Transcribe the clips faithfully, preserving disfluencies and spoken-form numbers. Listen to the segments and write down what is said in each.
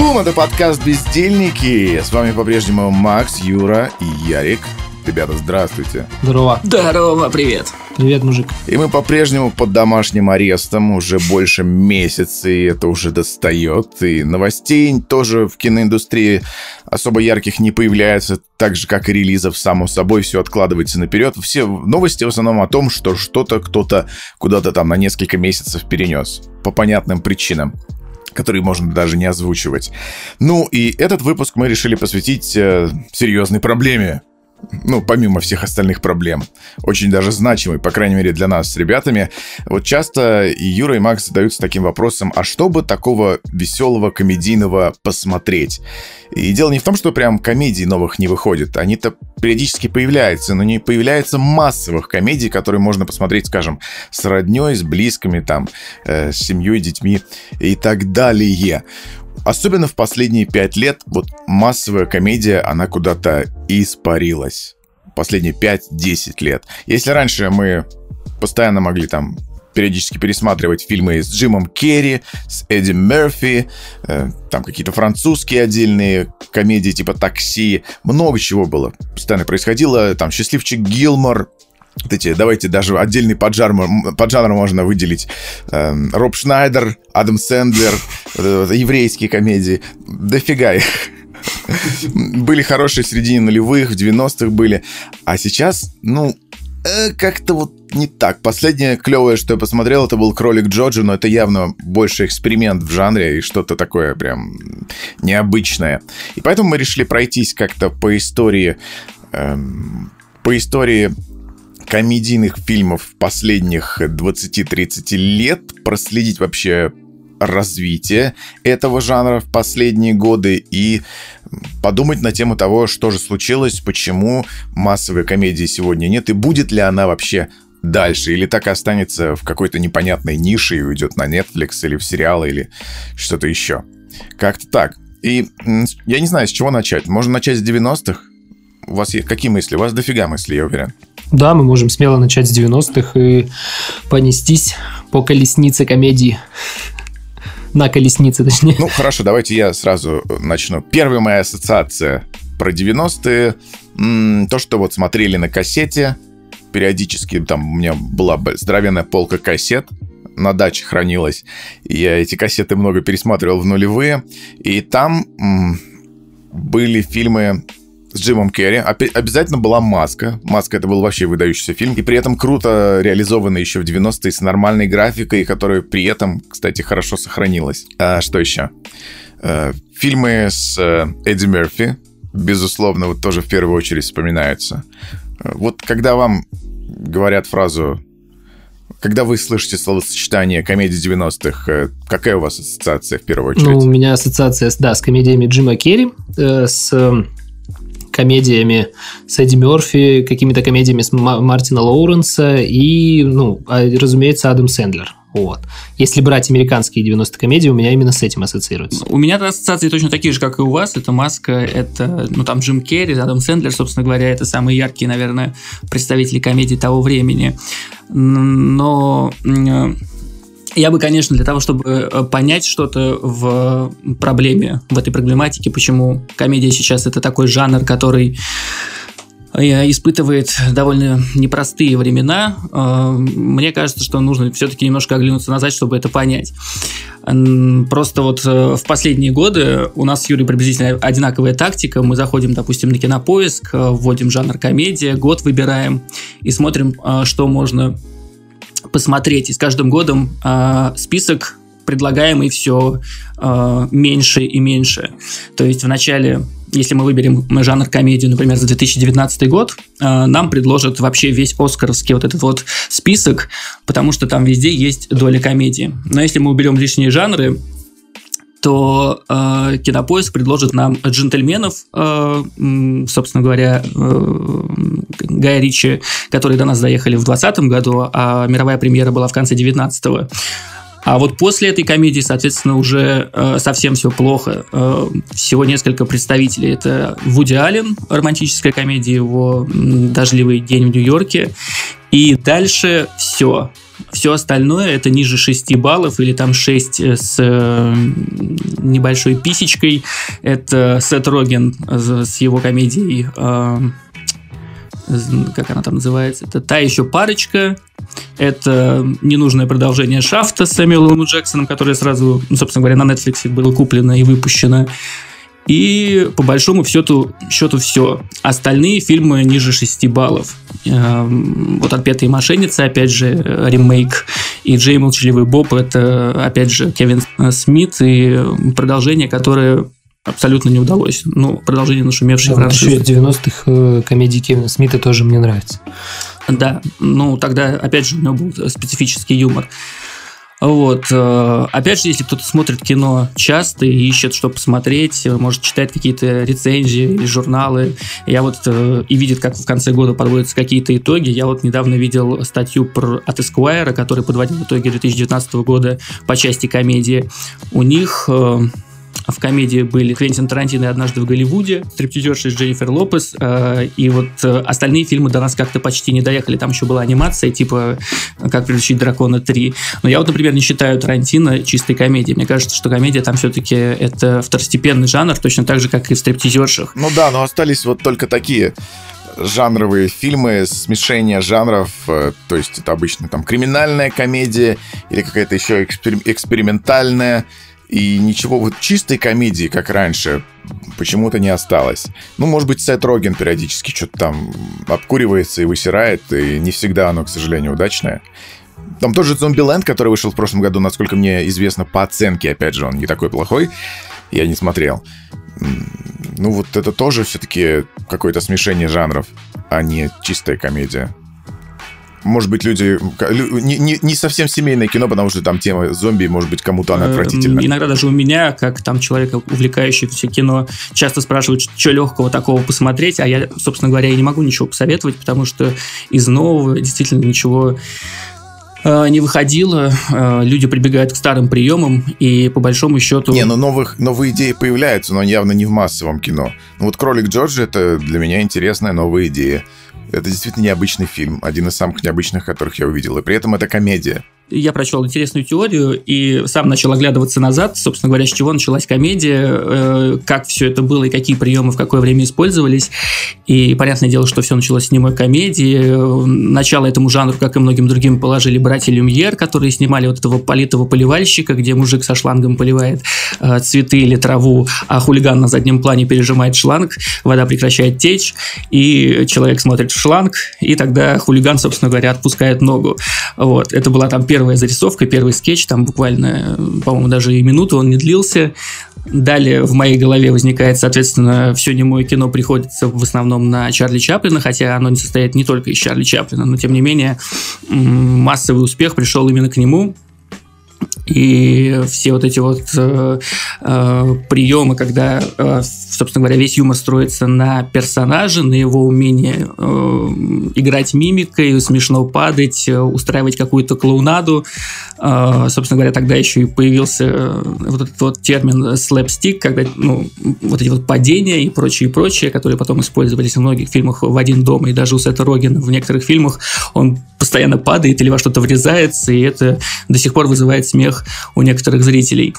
Бум! Это подкаст «Бездельники». С вами по-прежнему Макс, Юра и Ярик. Ребята, здравствуйте. Здорово. Здорово, привет. Привет, мужик. И мы по-прежнему под домашним арестом уже больше месяца, и это уже достает. И новостей тоже в киноиндустрии особо ярких не появляется, так же, как и релизов, само собой, все откладывается наперед. Все новости в основном о том, что что-то кто-то куда-то там на несколько месяцев перенес. По понятным причинам, которые можно даже не озвучивать. Ну, и этот выпуск мы решили посвятить э, серьезной проблеме. Ну, помимо всех остальных проблем. Очень даже значимый, по крайней мере, для нас с ребятами. Вот часто и Юра, и Макс задаются таким вопросом: а что бы такого веселого, комедийного посмотреть? И дело не в том, что прям комедий новых не выходит. Они-то периодически появляются, но не появляется массовых комедий, которые можно посмотреть, скажем, с роднёй, с близкими, там, э, с семьей, детьми и так далее. Особенно в последние пять лет вот массовая комедия, она куда-то испарилась. Последние пять-десять лет. Если раньше мы постоянно могли там периодически пересматривать фильмы с Джимом Керри, с Эдди Мерфи, э, там какие-то французские отдельные комедии типа «Такси», много чего было. Постоянно происходило, там «Счастливчик Гилмор». Вот эти, давайте даже отдельный поджанр, поджанр можно выделить. Э, Роб Шнайдер, Адам Сэндлер, э, еврейские комедии. Дофига их. Были хорошие в середине нулевых, в девяностых были. А сейчас, ну, э, как-то вот не так. Последнее клевое, что я посмотрел, это был «Кролик Джоджо», но это явно больше эксперимент в жанре и что-то такое прям необычное. И поэтому мы решили пройтись как-то по истории... Э, по истории... комедийных фильмов последних двадцати-тридцати лет, проследить вообще развитие этого жанра в последние годы и подумать на тему того, что же случилось, почему массовой комедии сегодня нет, и будет ли она вообще дальше, или так и останется в какой-то непонятной нише и уйдет на Netflix или в сериалы, или что-то еще. Как-то так. И я не знаю, с чего начать. Можно начать с девяностых? У вас есть какие мысли? У вас дофига мыслей, я уверен. Да, мы можем смело начать с девяностых и понестись по колеснице комедии. На колеснице, точнее. Ну, хорошо, давайте я сразу начну. Первая моя ассоциация про девяностые. М-м, то, что вот смотрели на кассете. Периодически там у меня была здоровенная полка кассет. На даче хранилась. Я эти кассеты много пересматривал в нулевые. И там м- были фильмы... с Джимом Керри. Обязательно была «Маска». «Маска» — это был вообще выдающийся фильм. И при этом круто реализованный еще в девяностые с нормальной графикой, которая при этом, кстати, хорошо сохранилась. А что еще? А, фильмы с Эдди Мерфи, безусловно, вот тоже в первую очередь вспоминаются. Вот когда вам говорят фразу... Когда вы слышите словосочетание комедии девяностых, какая у вас ассоциация в первую очередь? Ну, у меня ассоциация, да, с комедиями Джима Керри, э, с... комедиями с Эдди Мерфи, какими-то комедиями с Мартина Лоуренса и, ну, разумеется, Адам Сэндлер. Вот. Если брать американские девяностые комедии, у меня именно с этим ассоциируется. У меня ассоциации точно такие же, как и у вас. Это «Маска», это, ну, там Джим Керри, Адам Сэндлер, собственно говоря, это самые яркие, наверное, представители комедий того времени. Но... Я бы, конечно, для того, чтобы понять что-то в проблеме, в этой проблематике, почему комедия сейчас это такой жанр, который испытывает довольно непростые времена, мне кажется, что нужно все-таки немножко оглянуться назад, чтобы это понять. Просто вот в последние годы у нас с Юрой приблизительно одинаковая тактика. Мы заходим, допустим, на Кинопоиск, вводим жанр комедия, год выбираем и смотрим, что можно посмотреть. И с каждым годом э, список предлагаемый все э, меньше и меньше. То есть в начале, если мы выберем жанр комедию, например, за две тысячи девятнадцатый год, э, нам предложат вообще весь оскаровский вот этот вот список, потому что там везде есть доля комедии. Но если мы уберем лишние жанры, то э, Кинопоиск предложит нам «Джентльменов», э, собственно говоря, э, Гая Ричи, которые до нас доехали в двадцатом году, а мировая премьера была в конце девятнадцатого. А вот после этой комедии, соответственно, уже э, совсем все плохо. Э, всего несколько представителей. Это Вуди Аллен, романтическая комедия, его «Дождливый день в Нью-Йорке». И дальше все. Все остальное это ниже шести баллов или там шесть с э, небольшой писечкой. Это Сет Роген с его комедией, э, как она там называется, это «Та еще парочка». Это ненужное продолжение «Шафта» с Сэмюэлом Л. Джексоном, которое сразу, собственно говоря, на Netflix было куплено и выпущено. И по большому счету, счету все. Остальные фильмы ниже шести баллов. Вот «Отпетые мошенницы», опять же, ремейк. И «Джей молчаливый Боб» — это, опять же, Кевин Смит. И продолжение, которое абсолютно не удалось. Ну, продолжение нашумевшей да, франшизы. Еще из девяностых э, комедий Кевина Смита тоже мне нравится. Да, ну тогда, опять же, у него был специфический юмор. Вот. Опять же, если кто-то смотрит кино часто и ищет, что посмотреть, может читать какие-то рецензии или журналы, я вот и видит, как в конце года подводятся какие-то итоги. Я вот недавно видел статью про, от Esquire, который подводил итоги две тысячи девятнадцатого года по части комедии. У них... В комедии были Квентин Тарантино и «Однажды в Голливуде», «Стриптизерша» с Дженнифер Лопес, э, и вот э, остальные фильмы до нас как-то почти не доехали. Там еще была анимация, типа «Как приручить дракона три». Но я вот, например, не считаю Тарантино чистой комедией. Мне кажется, что комедия там все-таки это второстепенный жанр, точно так же, как и в «Стриптизершах». Ну да, но остались вот только такие жанровые фильмы, смешение жанров, то есть это обычно там криминальная комедия или какая-то еще экспер- экспериментальная. И ничего вот чистой комедии, как раньше, почему-то не осталось. Ну, может быть, Сет Роген периодически что-то там обкуривается и высирает, и не всегда оно, к сожалению, удачное. Там тот же «Зомбиленд», который вышел в прошлом году, насколько мне известно, по оценке, опять же, он не такой плохой, я не смотрел. Ну, вот это тоже все-таки какое-то смешение жанров, а не чистая комедия. Может быть, люди... Не, не, не совсем семейное кино, потому что там тема зомби, может быть, кому-то она отвратительна. Иногда даже у меня, как там человека, увлекающегося кино, часто спрашивают, что легкого такого посмотреть, а я, собственно говоря, и не могу ничего посоветовать, потому что из нового действительно ничего э, не выходило. Э, люди прибегают к старым приемам, и по большому счету... Не, ну новых, новые идеи появляются, но явно не в массовом кино. Ну вот «Кролик Джорджи» — это для меня интересная новая идея. Это действительно необычный фильм, один из самых необычных, которых я увидел, и при этом это комедия. Я прочел интересную теорию и сам начал оглядываться назад, собственно говоря, с чего началась комедия, э, как все это было и какие приемы в какое время использовались. И понятное дело, что все началось с немой комедии. Начало этому жанру, как и многим другим, положили братья Люмьер, которые снимали вот этого политого поливальщика, где мужик со шлангом поливает э, цветы или траву, а хулиган на заднем плане пережимает шланг, вода прекращает течь, и человек смотрит в шланг, и тогда хулиган, собственно говоря, отпускает ногу. Вот. Это была там первая зарисовка, первый скетч, там буквально, по-моему, даже и минуту он не длился. Далее в моей голове возникает, соответственно, все немое кино приходится в основном на Чарли Чаплина, хотя оно не состоит не только из Чарли Чаплина, но тем не менее массовый успех пришел именно к нему. И все вот эти вот э, э, приемы, когда, э, собственно говоря, весь юмор строится на персонаже, на его умении э, играть мимикой, смешно падать, э, устраивать какую-то клоунаду. Э, собственно говоря, тогда еще и появился э, вот этот вот термин слэпстик, когда, ну, вот эти вот падения и прочее, и прочее, которые потом использовались в многих фильмах «В один дом», и даже у Сета Рогена в некоторых фильмах он постоянно падает или во что-то врезается, и это до сих пор вызывает смех у некоторых зрителей.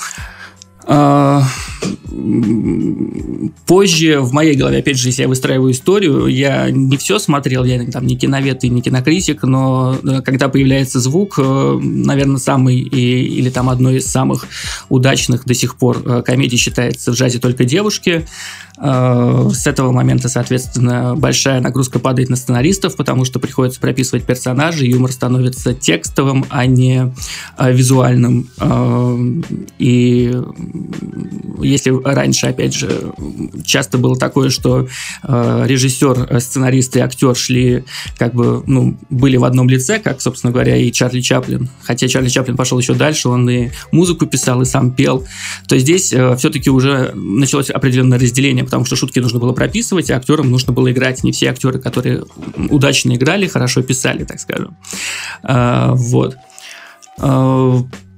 Позже в моей голове, опять же, если я выстраиваю историю, я не все смотрел, я там не киновед и не кинокритик, но когда появляется звук, наверное, самый и, или там одной из самых удачных до сих пор комедий считается «В джазе только девушки». С этого момента, соответственно, большая нагрузка падает на сценаристов, потому что приходится прописывать персонажей, юмор становится текстовым, а не визуальным. И если раньше, опять же, часто было такое, что режиссер, сценарист и актер шли, как бы, ну, были в одном лице, как, собственно говоря, и Чарли Чаплин. Хотя Чарли Чаплин пошел еще дальше, он и музыку писал, и сам пел. То здесь все-таки уже началось определенное разделение, потому что шутки нужно было прописывать, а актерам нужно было играть. Не все актеры, которые удачно играли, хорошо писали, так скажем. А, вот. А,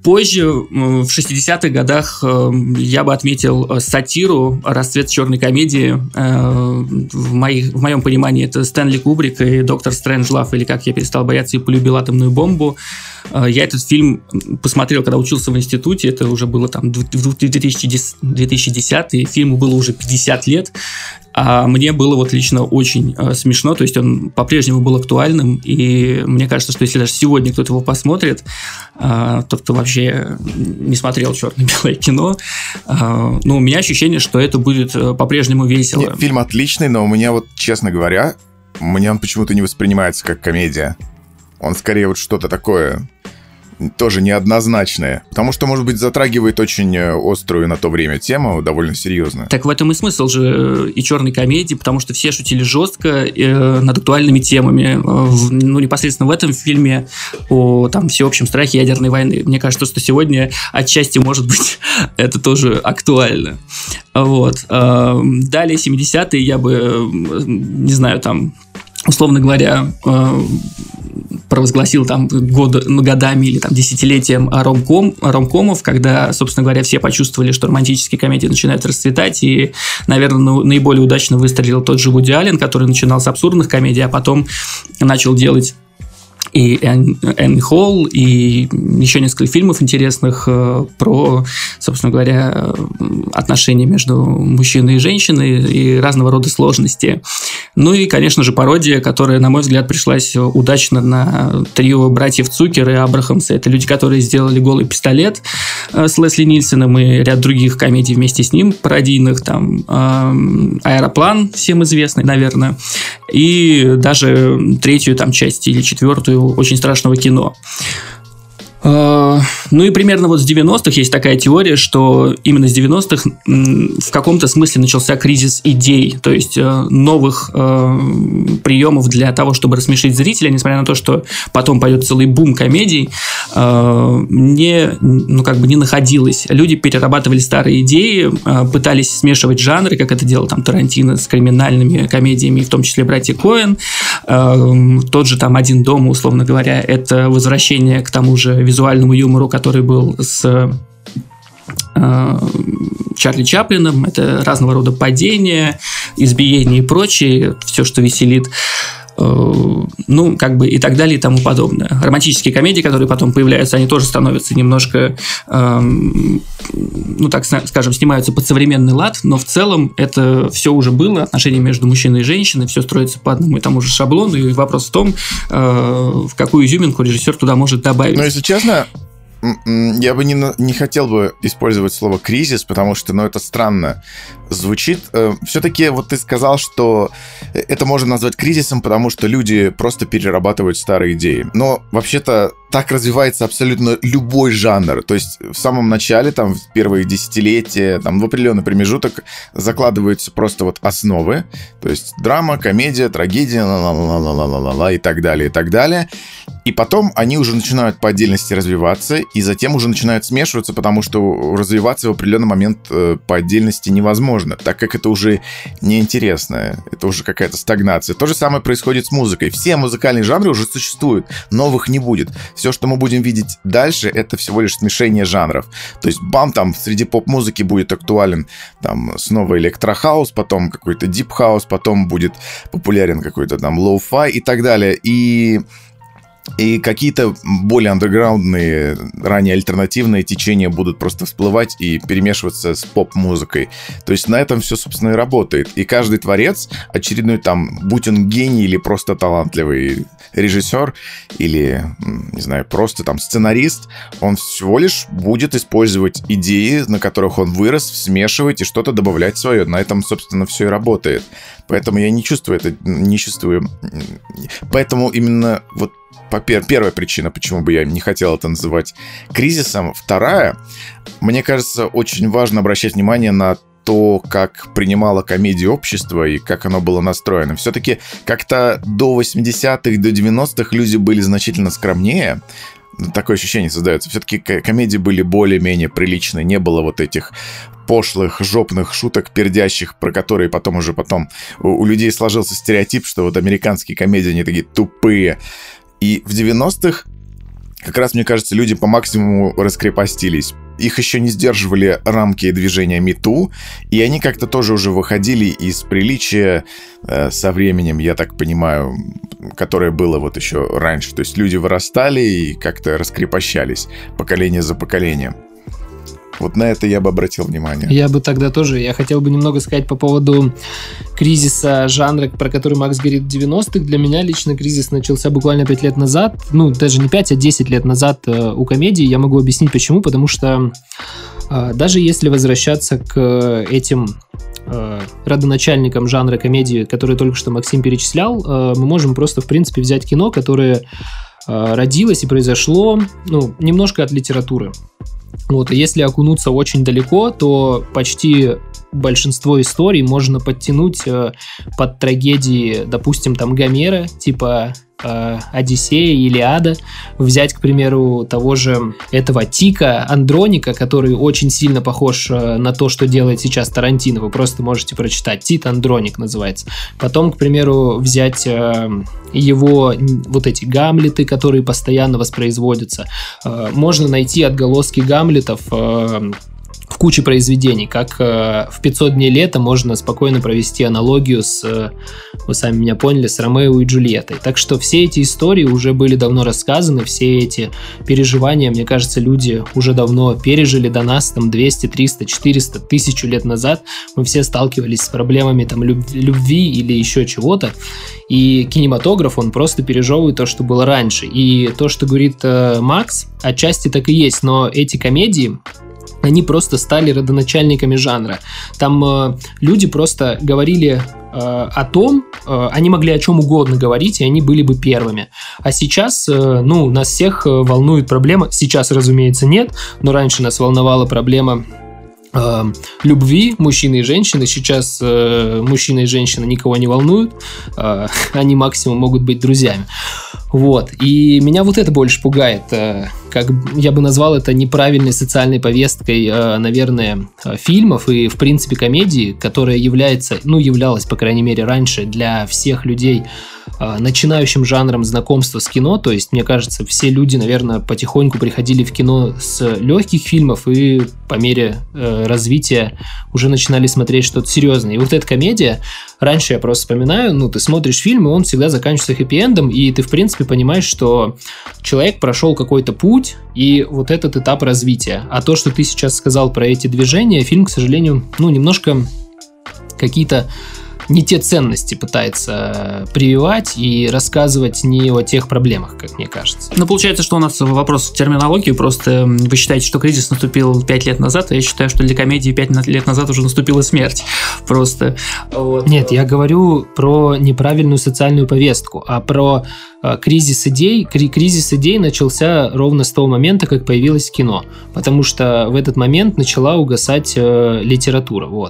Позже, в шестидесятых годах, я бы отметил сатиру, расцвет черной комедии. В, моих, в моем понимании это Стэнли Кубрик и «Доктор Стрэнджлав», или «Как я перестал бояться и полюбил атомную бомбу». Я этот фильм посмотрел, когда учился в институте, это уже было там две тысячи десятый, фильму было уже пятьдесят лет, а мне было вот лично очень э, смешно, то есть он по-прежнему был актуальным, и мне кажется, что если даже сегодня кто-то его посмотрит, э, тот, кто вообще не смотрел черно-белое кино, э, ну, у меня ощущение, что это будет по-прежнему весело. Нет, фильм отличный, но у меня вот, честно говоря, мне он почему-то не воспринимается как комедия. Он скорее вот что-то такое тоже неоднозначное. Потому что, может быть, затрагивает очень острую на то время тему, довольно серьезно. Так в этом и смысл же и черной комедии, потому что все шутили жестко э, над актуальными темами. В, ну, непосредственно в этом фильме о там, всеобщем страхе ядерной войны. Мне кажется, что сегодня отчасти, может быть, это тоже актуально. Вот. Далее, семидесятые, я бы, не знаю, там, условно говоря, провозгласил там год, годами или там десятилетием ромком, ромкомов, когда, собственно говоря, все почувствовали, что романтические комедии начинают расцветать, и, наверное, наиболее удачно выстрелил тот же Вуди Аллен, который начинал с абсурдных комедий, а потом начал делать и Энн Холл, и еще несколько фильмов интересных э, про, собственно говоря, отношения между мужчиной и женщиной и разного рода сложности. Ну и, конечно же, пародия, которая, на мой взгляд, пришлась удачно на трио братьев Цукер и Абрахамса. Это люди, которые сделали «Голый пистолет» э, с Лесли Нильсоном и ряд других комедий вместе с ним, пародийных, там, э, «Аэроплан», всем известный, наверное, и даже третью там часть или четвертую «Очень страшного кино». Ну и примерно вот с девяностых есть такая теория, что именно с девяностых в каком-то смысле начался кризис идей, то есть новых приемов для того, чтобы рассмешить зрителя, несмотря на то, что потом пойдет целый бум комедий, не, ну, как бы не находилось. Люди перерабатывали старые идеи, пытались смешивать жанры, как это делал там Тарантино с криминальными комедиями, в том числе «Братья Коэн». Тот же там «Один дома», условно говоря, это возвращение к тому же визуальному юмору, который был с э, Чарли Чаплином. Это разного рода падения, избиения и прочее, все, что веселит. Э, ну, как бы и так далее и тому подобное. Романтические комедии, которые потом появляются, они тоже становятся немножко, э, ну, так скажем, снимаются под современный лад, но в целом это все уже было, отношения между мужчиной и женщиной, все строится по одному и тому же шаблону, и вопрос в том, э, в какую изюминку режиссер туда может добавить. Но, если честно, я бы не, не хотел бы использовать слово «кризис», потому что, ну, это странно звучит. Все-таки вот ты сказал, что это можно назвать кризисом, потому что люди просто перерабатывают старые идеи. Но вообще-то так развивается абсолютно любой жанр. То есть в самом начале, там, в первые десятилетия, там, в определенный промежуток закладываются просто вот основы. То есть драма, комедия, трагедия, ла-ла-ла-ла-ла-ла-ла и так далее, и так далее. И потом они уже начинают по отдельности развиваться, и затем уже начинают смешиваться, потому что развиваться в определенный момент э, по отдельности невозможно, так как это уже неинтересно, это уже какая-то стагнация. То же самое происходит с музыкой. Все музыкальные жанры уже существуют, новых не будет. Все, что мы будем видеть дальше, это всего лишь смешение жанров. То есть, бам, там среди поп-музыки будет актуален там снова электрохаус, потом какой-то дип-хаус, потом будет популярен какой-то там лоу-фай и так далее. И... И какие-то более андерграундные, ранее альтернативные течения будут просто всплывать и перемешиваться с поп-музыкой. То есть на этом все, собственно, и работает. И каждый творец, очередной там, будь он гений или просто талантливый режиссер, или, не знаю, просто там сценарист, он всего лишь будет использовать идеи, на которых он вырос, смешивать и что-то добавлять свое. На этом, собственно, все и работает. Поэтому я не чувствую это, не чувствую... Поэтому именно вот первая причина, почему бы я не хотел это называть кризисом. Вторая, мне кажется, очень важно обращать внимание на то, как принимало комедию общество и как оно было настроено. Все-таки как-то до восьмидесятых, до девяностых люди были значительно скромнее. Такое ощущение создается. Все-таки комедии были более-менее приличные. Не было вот этих пошлых, жопных шуток, пердящих, про которые потом уже потом у, у людей сложился стереотип, что вот американские комедии, они такие тупые. И в девяностых, как раз, мне кажется, люди по максимуму раскрепостились. Их еще не сдерживали рамки движения MeToo, и они как-то тоже уже выходили из приличия э, со временем, я так понимаю, которое было вот еще раньше. То есть люди вырастали и как-то раскрепощались поколение за поколением. Вот на это я бы обратил внимание. Я бы тогда тоже, я хотел бы немного сказать по поводу кризиса жанра, про который Макс говорит в девяностых. Для меня лично кризис начался буквально пять лет назад. Ну, даже не пять, а десять лет назад э, у комедии. Я могу объяснить почему. Потому что э, даже если возвращаться к этим э, родоначальникам жанра комедии, которые только что Максим перечислял, э, мы можем просто, в принципе, взять кино, которое э, родилось и произошло, ну, немножко от литературы. Вот, и если окунуться очень далеко, то почти большинство историй можно подтянуть э, под трагедии, допустим, там Гомера, типа э, Одиссея, Илиада, взять, к примеру, того же этого Тика, Андроника, который очень сильно похож э, на то, что делает сейчас Тарантино, вы просто можете прочитать, Тит Андроник называется. Потом, к примеру, взять э, его вот эти Гамлеты, которые постоянно воспроизводятся. Э, можно найти отголоски Гамлетов э, в куче произведений, как э, в пятьсот дней лета можно спокойно провести аналогию с, э, вы сами меня поняли, с Ромео и Джульеттой. Так что все эти истории уже были давно рассказаны, все эти переживания, мне кажется, люди уже давно пережили до нас, там, двести, триста, четыреста, тысячу лет назад. Мы все сталкивались с проблемами там любви, любви или еще чего-то. И кинематограф, он просто пережевывает то, что было раньше. И то, что говорит э, Макс, отчасти так и есть, но эти комедии, они просто стали родоначальниками жанра. Там э, люди просто говорили э, о том, э, они могли о чем угодно говорить, и они были бы первыми. А сейчас, э, ну, нас всех волнует проблема, сейчас, разумеется, нет, но раньше нас волновала проблема э, любви мужчины и женщины. Сейчас э, мужчина и женщина никого не волнуют, э, они максимум могут быть друзьями. Вот, и меня вот это больше пугает, как я бы назвал это неправильной социальной повесткой, наверное, фильмов и, в принципе, комедии, которая является, ну, являлась, по крайней мере, раньше для всех людей начинающим жанром знакомства с кино. То есть, мне кажется, все люди, наверное, потихоньку приходили в кино с легких фильмов и по мере развития уже начинали смотреть что-то серьезное. И вот эта комедия, раньше я просто вспоминаю, ну, ты смотришь фильм, и он всегда заканчивается хэппи-эндом, и ты, в принципе, понимаешь, что человек прошел какой-то путь, и вот этот этап развития. А то, что ты сейчас сказал про эти движения, фильм, к сожалению, ну, немножко какие-то не те ценности пытается прививать и рассказывать не о тех проблемах, как мне кажется. Ну, получается, что у нас вопрос в терминологии. Просто вы считаете, что кризис наступил пять лет назад, а я считаю, что для комедии пять лет назад уже наступила смерть. Просто. Вот. Нет, я говорю про неправильную социальную повестку, а про э, кризис идей. Кри- кризис идей начался ровно с того момента, как появилось кино. Потому что в этот момент начала угасать э, литература. Вот.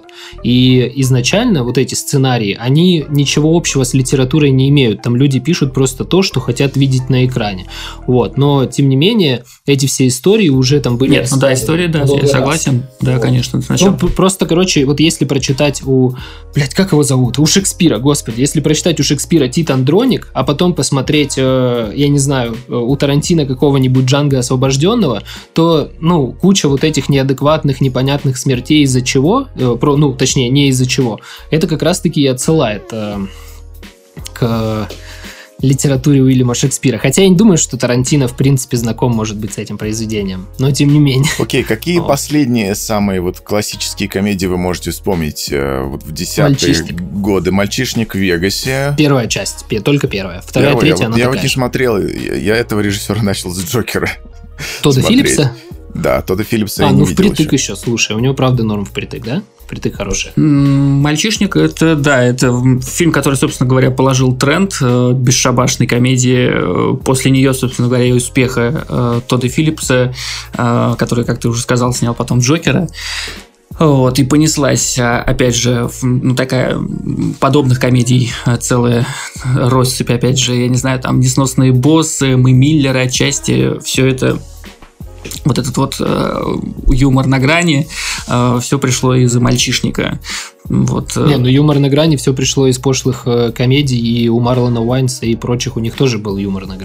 И изначально вот эти сценарии, они ничего общего с литературой не имеют. Там люди пишут просто то, что хотят видеть на экране. Вот. Но, тем не менее, эти все истории уже там были... Нет, ну да, истории, да, я согласен. Да, вот. Конечно. Ну, просто, короче, вот если прочитать у... Блядь, как его зовут? У Шекспира, господи. Если прочитать у Шекспира Тит Андроник, а потом посмотреть, э, я не знаю, у Тарантино какого-нибудь Джанго Освобожденного, то, ну, куча вот этих неадекватных, непонятных смертей из-за чего, э, про, ну, точнее, не из-за чего, это как раз-таки и отсылает э, к литературе Уильяма Шекспира. Хотя я не думаю, что Тарантино, в принципе, знаком, может быть, с этим произведением. Но, тем не менее. Окей, okay, какие вот. последние самые вот классические комедии вы можете вспомнить э, вот в десятые годы? «Мальчишник в Вегасе». Первая часть, только первая. Вторая, первая, третья, я, она Я такая вот не смотрел, я, я этого режиссера начал с «Джокера». Тодда Филлипса? Да, Тодда Филлипса а, я не ну видел впритык еще. еще, слушай, у него правда норм впритык, да? Впритык хороший. «Мальчишник» — это, да, это фильм, который, собственно говоря, положил тренд э, бесшабашной комедии. После нее, собственно говоря, и успеха э, Тодда Филлипса, э, который, как ты уже сказал, снял потом «Джокера». Вот, и понеслась, опять же, ну, такая подобных комедий целая россыпь, опять же, я не знаю, там «Несносные боссы», «Мы Миллеры» отчасти, все это. Вот этот вот э, юмор на грани, э, все пришло из-за «Мальчишника». Вот. Не, ну юмор на грани все пришло из пошлых э, комедий, и у Марлона Уайнса и прочих у них тоже был юмор на грани.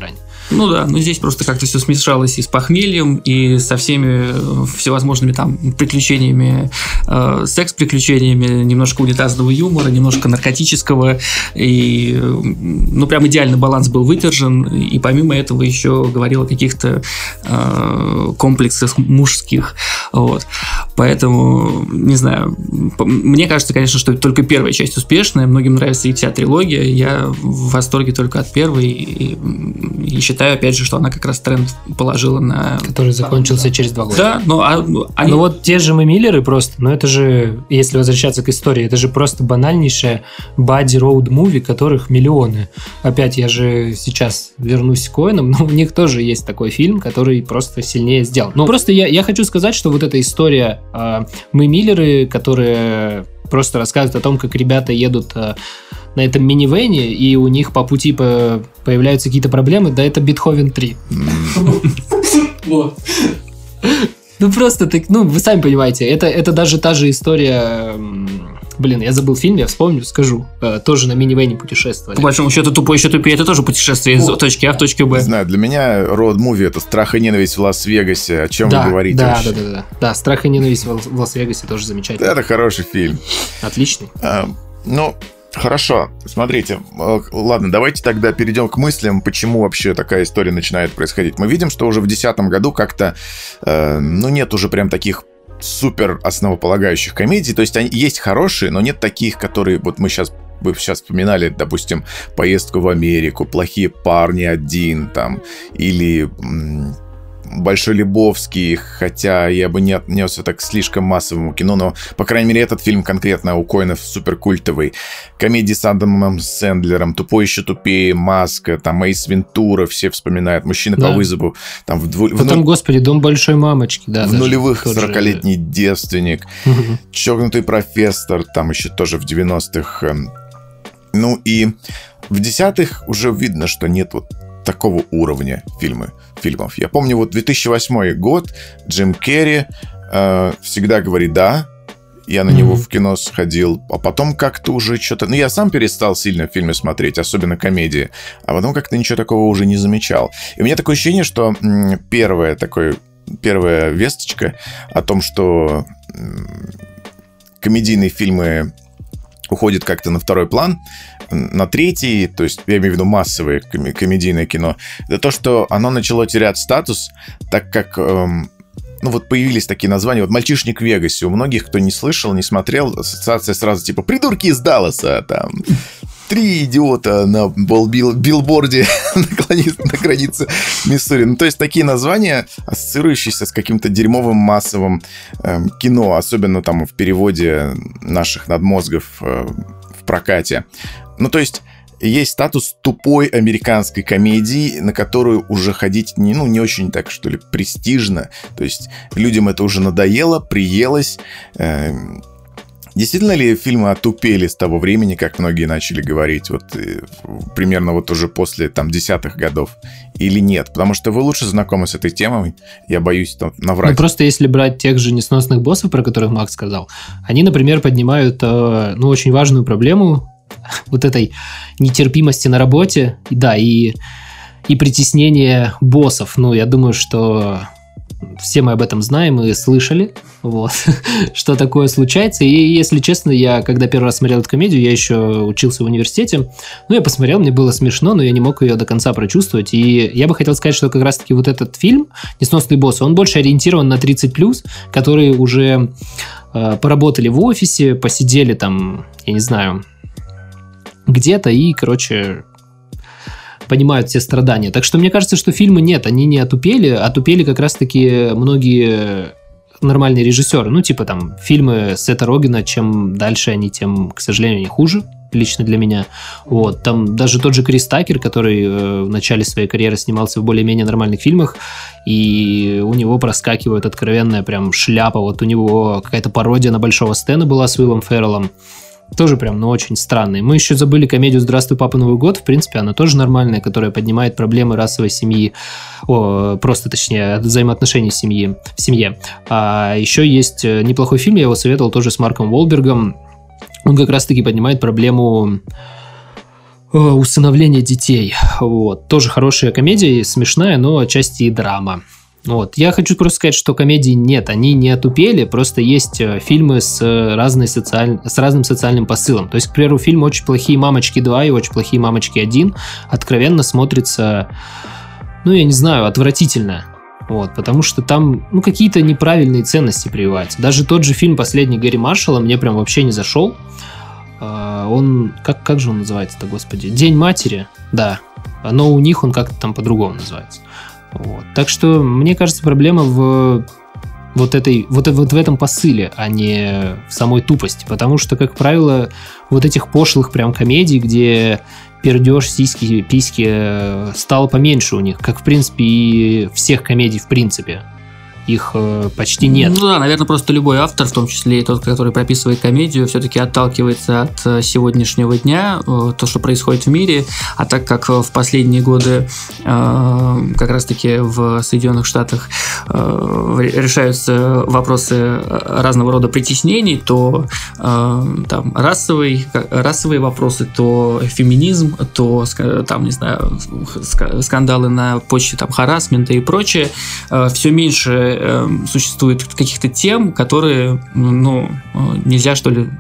Ну да, но здесь просто как-то все смешалось и с похмельем, и со всеми всевозможными там приключениями, э, секс-приключениями, немножко унитазного юмора, немножко наркотического, и ну прям идеальный баланс был выдержан, и помимо этого еще говорил о каких-то э, комплексах мужских, вот. Поэтому, не знаю, мне кажется, конечно, что только первая часть успешная, многим нравится и вся трилогия, я в восторге только от первой, и, и считаю, опять же, что она как раз тренд положила на... Который закончился да. через два года. Да, но а, они... Ну вот те же мы Миллеры просто, но это же, если возвращаться к истории, это же просто банальнейшая бади-роуд-муви, которых миллионы. Опять я же сейчас вернусь к Коэнам, но у них тоже есть такой фильм, который просто сильнее сделан. Ну просто я, я хочу сказать, что вот эта история э, мы Миллеры, которые просто рассказывают о том, как ребята едут... Э, на этом минивэне, и у них по пути по... появляются какие-то проблемы, да это Бетховен три. Вот. Ну просто, ты, ну вы сами понимаете, это, это даже та же история... Блин, я забыл фильм, я вспомню, скажу. Тоже на минивэне путешествовали. По большому счету, тупой еще тупее, это тоже путешествие из точки А в точку Б. Не знаю, для меня роуд-муви — это «Страх и ненависть в Лас-Вегасе». О чем да, вы говорите да, вообще? Да, да, да. Да, «Страх и ненависть в Лас-Вегасе» тоже замечательно. Это хороший фильм. Отличный. А, ну... Хорошо, смотрите, ладно, давайте тогда перейдем к мыслям, почему вообще такая история начинает происходить. Мы видим, что уже в две тысячи десятом году как-то, э, ну, нет уже прям таких супер основополагающих комедий, то есть они есть хорошие, но нет таких, которые, вот мы сейчас, вы сейчас вспоминали, допустим, «Поездку в Америку», «Плохие парни один», там, или... М- Большой Лебовский, хотя я бы не отнес это к слишком массовому кино, но, по крайней мере, этот фильм конкретно у Коэнов суперкультовый. Комедии с Адамом Сэндлером, «Тупой еще тупее», «Маска», там, «Эйс Вентура», все вспоминают, «Мужчина да. по вызову». Там, в дву... Потом, в... господи, «Дом большой мамочки». Да, в нулевых «сорокалетний же... девственник», угу. «Чокнутый профессор», там еще тоже в девяностых. Ну и в десятых уже видно, что нет вот такого уровня фильмы, фильмов. Я помню, вот две тысячи восьмой год, Джим Керри э, всегда говорит «да», я на mm-hmm. него в кино сходил, а потом как-то уже что-то... Ну, я сам перестал сильно фильмы смотреть, особенно комедии, а потом как-то ничего такого уже не замечал. И у меня такое ощущение, что м, первое такое, первая весточка о том, что м, комедийные фильмы уходят как-то на второй план, на третий, то есть я имею в виду массовое ком- комедийное кино, это то, что оно начало терять статус, так как, эм, ну вот появились такие названия, вот «Мальчишник в Вегасе», у многих, кто не слышал, не смотрел, ассоциация сразу типа «Придурки из Далласа», там, «Три идиота на билбил- билборде на, границе, на границе Миссури». Ну, то есть такие названия, ассоциирующиеся с каким-то дерьмовым массовым эм, кино, особенно там в переводе наших надмозгов э, в прокате. Ну, то есть есть статус тупой американской комедии, на которую уже ходить не, ну, не очень так, что ли, престижно. То есть людям это уже надоело, приелось. Э, действительно ли фильмы отупели с того времени, как многие начали говорить, вот э, примерно вот уже после там десятых годов, или нет? Потому что вы лучше знакомы с этой темой, я боюсь там наврать. Ну, просто если брать тех же несносных боссов, про которых Макс сказал, они, например, поднимают э, ну, очень важную проблему вот этой нетерпимости на работе, да, и, и притеснение боссов. Ну, я думаю, что все мы об этом знаем и слышали, вот, что такое случается. И, если честно, я, когда первый раз смотрел эту комедию, я еще учился в университете, ну, я посмотрел, мне было смешно, но я не мог ее до конца прочувствовать. И я бы хотел сказать, что как раз-таки вот этот фильм «Несносный босс», он больше ориентирован на тридцать плюс, которые уже э, поработали в офисе, посидели там, я не знаю... где-то и, короче, понимают все страдания. Так что мне кажется, что фильмы нет, они не отупели, отупели как раз-таки многие нормальные режиссеры. Ну, типа там фильмы Сета Рогена, чем дальше они, тем, к сожалению, они хуже, лично для меня. Вот. Там даже тот же Крис Такер, который э, в начале своей карьеры снимался в более-менее нормальных фильмах, и у него проскакивает откровенная прям шляпа. Вот у него какая-то пародия на Большого Стэна была с Уиллом Ферреллом. Тоже прям, ну, очень странный. Мы еще забыли комедию «Здравствуй, папа, Новый год». В принципе, она тоже нормальная, которая поднимает проблемы расовой семьи. О, просто, точнее, взаимоотношений в семье. В семье. А еще есть неплохой фильм, я его советовал тоже с Марком Уолбергом. Он как раз-таки поднимает проблему... усыновление детей. Вот. Тоже хорошая комедия, смешная, но отчасти и драма. Вот. Я хочу просто сказать, что комедий нет, они не отупели, просто есть фильмы с, разной социаль... с разным социальным посылом. То есть, к примеру, фильм «Очень плохие мамочки два» и «Очень плохие мамочки один» откровенно смотрится, ну, я не знаю, отвратительно. Вот, потому что там, ну, какие-то неправильные ценности прививаются. Даже тот же фильм «Последний Гэри Маршалла» мне прям вообще не зашел. Он, как, как же он называется-то, господи? «День матери», да. Но у них он как-то там по-другому называется. Вот. Так что, мне кажется, проблема в вот, этой, вот, вот в этом посыле, а не в самой тупости. Потому что, как правило, вот этих пошлых прям комедий, где пердеж, сиськи, письки, стало поменьше у них. Как, в принципе, и всех комедий в принципе. Их э, почти нет. Ну да, наверное, просто любой автор, в том числе и тот, который прописывает комедию, все-таки отталкивается от сегодняшнего дня, э, то, что происходит в мире. А так как в последние годы э, как раз-таки в Соединенных Штатах э, решаются вопросы разного рода притеснений, то э, там расовый, расовые вопросы, то феминизм, то там, не знаю, скандалы на почве там харассмента и прочее, э, все меньше существует каких-то тем, которые, ну, нельзя, что ли,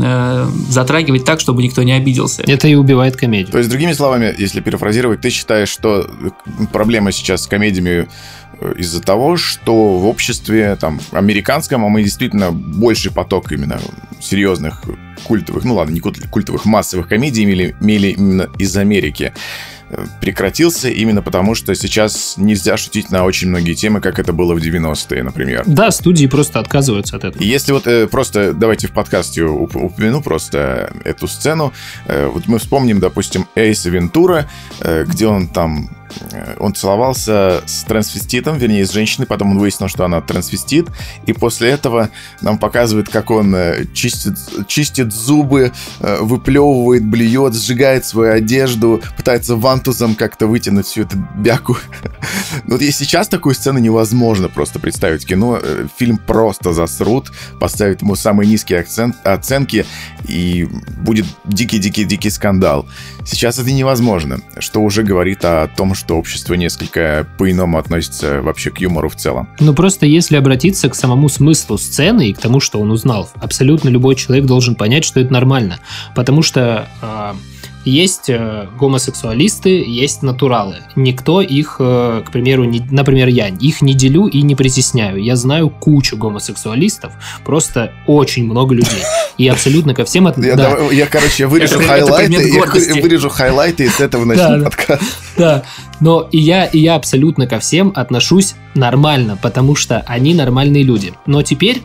затрагивать так, чтобы никто не обиделся. Это и убивает комедию. То есть, другими словами, если перефразировать, ты считаешь, что проблема сейчас с комедиями из-за того, что в обществе там американском, а мы действительно больший поток именно серьезных культовых, ну ладно, не культовых, массовых комедий имели, имели именно из Америки, прекратился именно потому, что сейчас нельзя шутить на очень многие темы, как это было в девяностые, например. Да, студии просто отказываются от этого. И если вот э, просто, давайте в подкасте уп- упомяну просто эту сцену, э, вот мы вспомним, допустим, Эйса Вентура, э, где он там он целовался с трансвеститом, вернее, с женщиной, потом он выяснил, что она трансвестит, и после этого нам показывают, как он чистит, чистит зубы, выплевывает, блюет, сжигает свою одежду, пытается вантузом как-то вытянуть всю эту бяку. Вот и сейчас такую сцену невозможно просто представить в кино. Фильм просто засрут, поставят ему самые низкие акцент, оценки, и будет дикий-дикий-дикий скандал. Сейчас это невозможно, что уже говорит о том, что общество несколько по-иному относится вообще к юмору в целом. Ну, просто если обратиться к самому смыслу сцены и к тому, что он узнал, абсолютно любой человек должен понять, что это нормально. Потому что э, есть э, гомосексуалисты, есть натуралы. Никто их, э, к примеру, не, например, я, их не делю и не притесняю. Я знаю кучу гомосексуалистов, просто очень много людей. И абсолютно ко всем... От... Я, да. давай, я, короче, вырежу это, хайлайты, это я вырежу хайлайты, и с этого начну да, подкаст. Да, но и я, и я абсолютно ко всем отношусь нормально, потому что они нормальные люди. Но теперь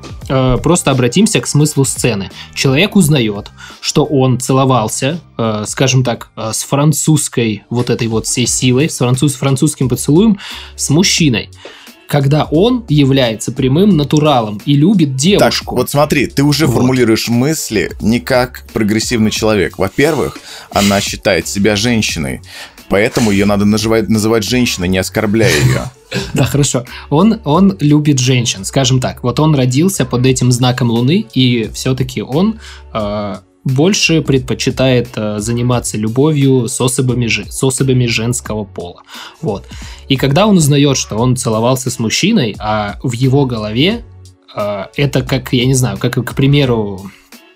э, просто обратимся к смыслу сцены. Человек узнает, что он целовался, э, скажем так, э, с французской вот этой вот всей силой, с француз, французским поцелуем, с мужчиной, когда он является прямым натуралом и любит девушку. Так, вот смотри, ты уже вот. формулируешь мысли не как прогрессивный человек. Во-первых, она считает себя женщиной, поэтому ее надо называть, называть женщиной, не оскорбляя ее. Да, хорошо. Он, он любит женщин, скажем так. Вот он родился под этим знаком Луны, и все-таки он... Э, больше предпочитает э, заниматься любовью с особами, с особами женского пола. Вот. И когда он узнает, что он целовался с мужчиной, а в его голове э, это как, я не знаю, как, к примеру,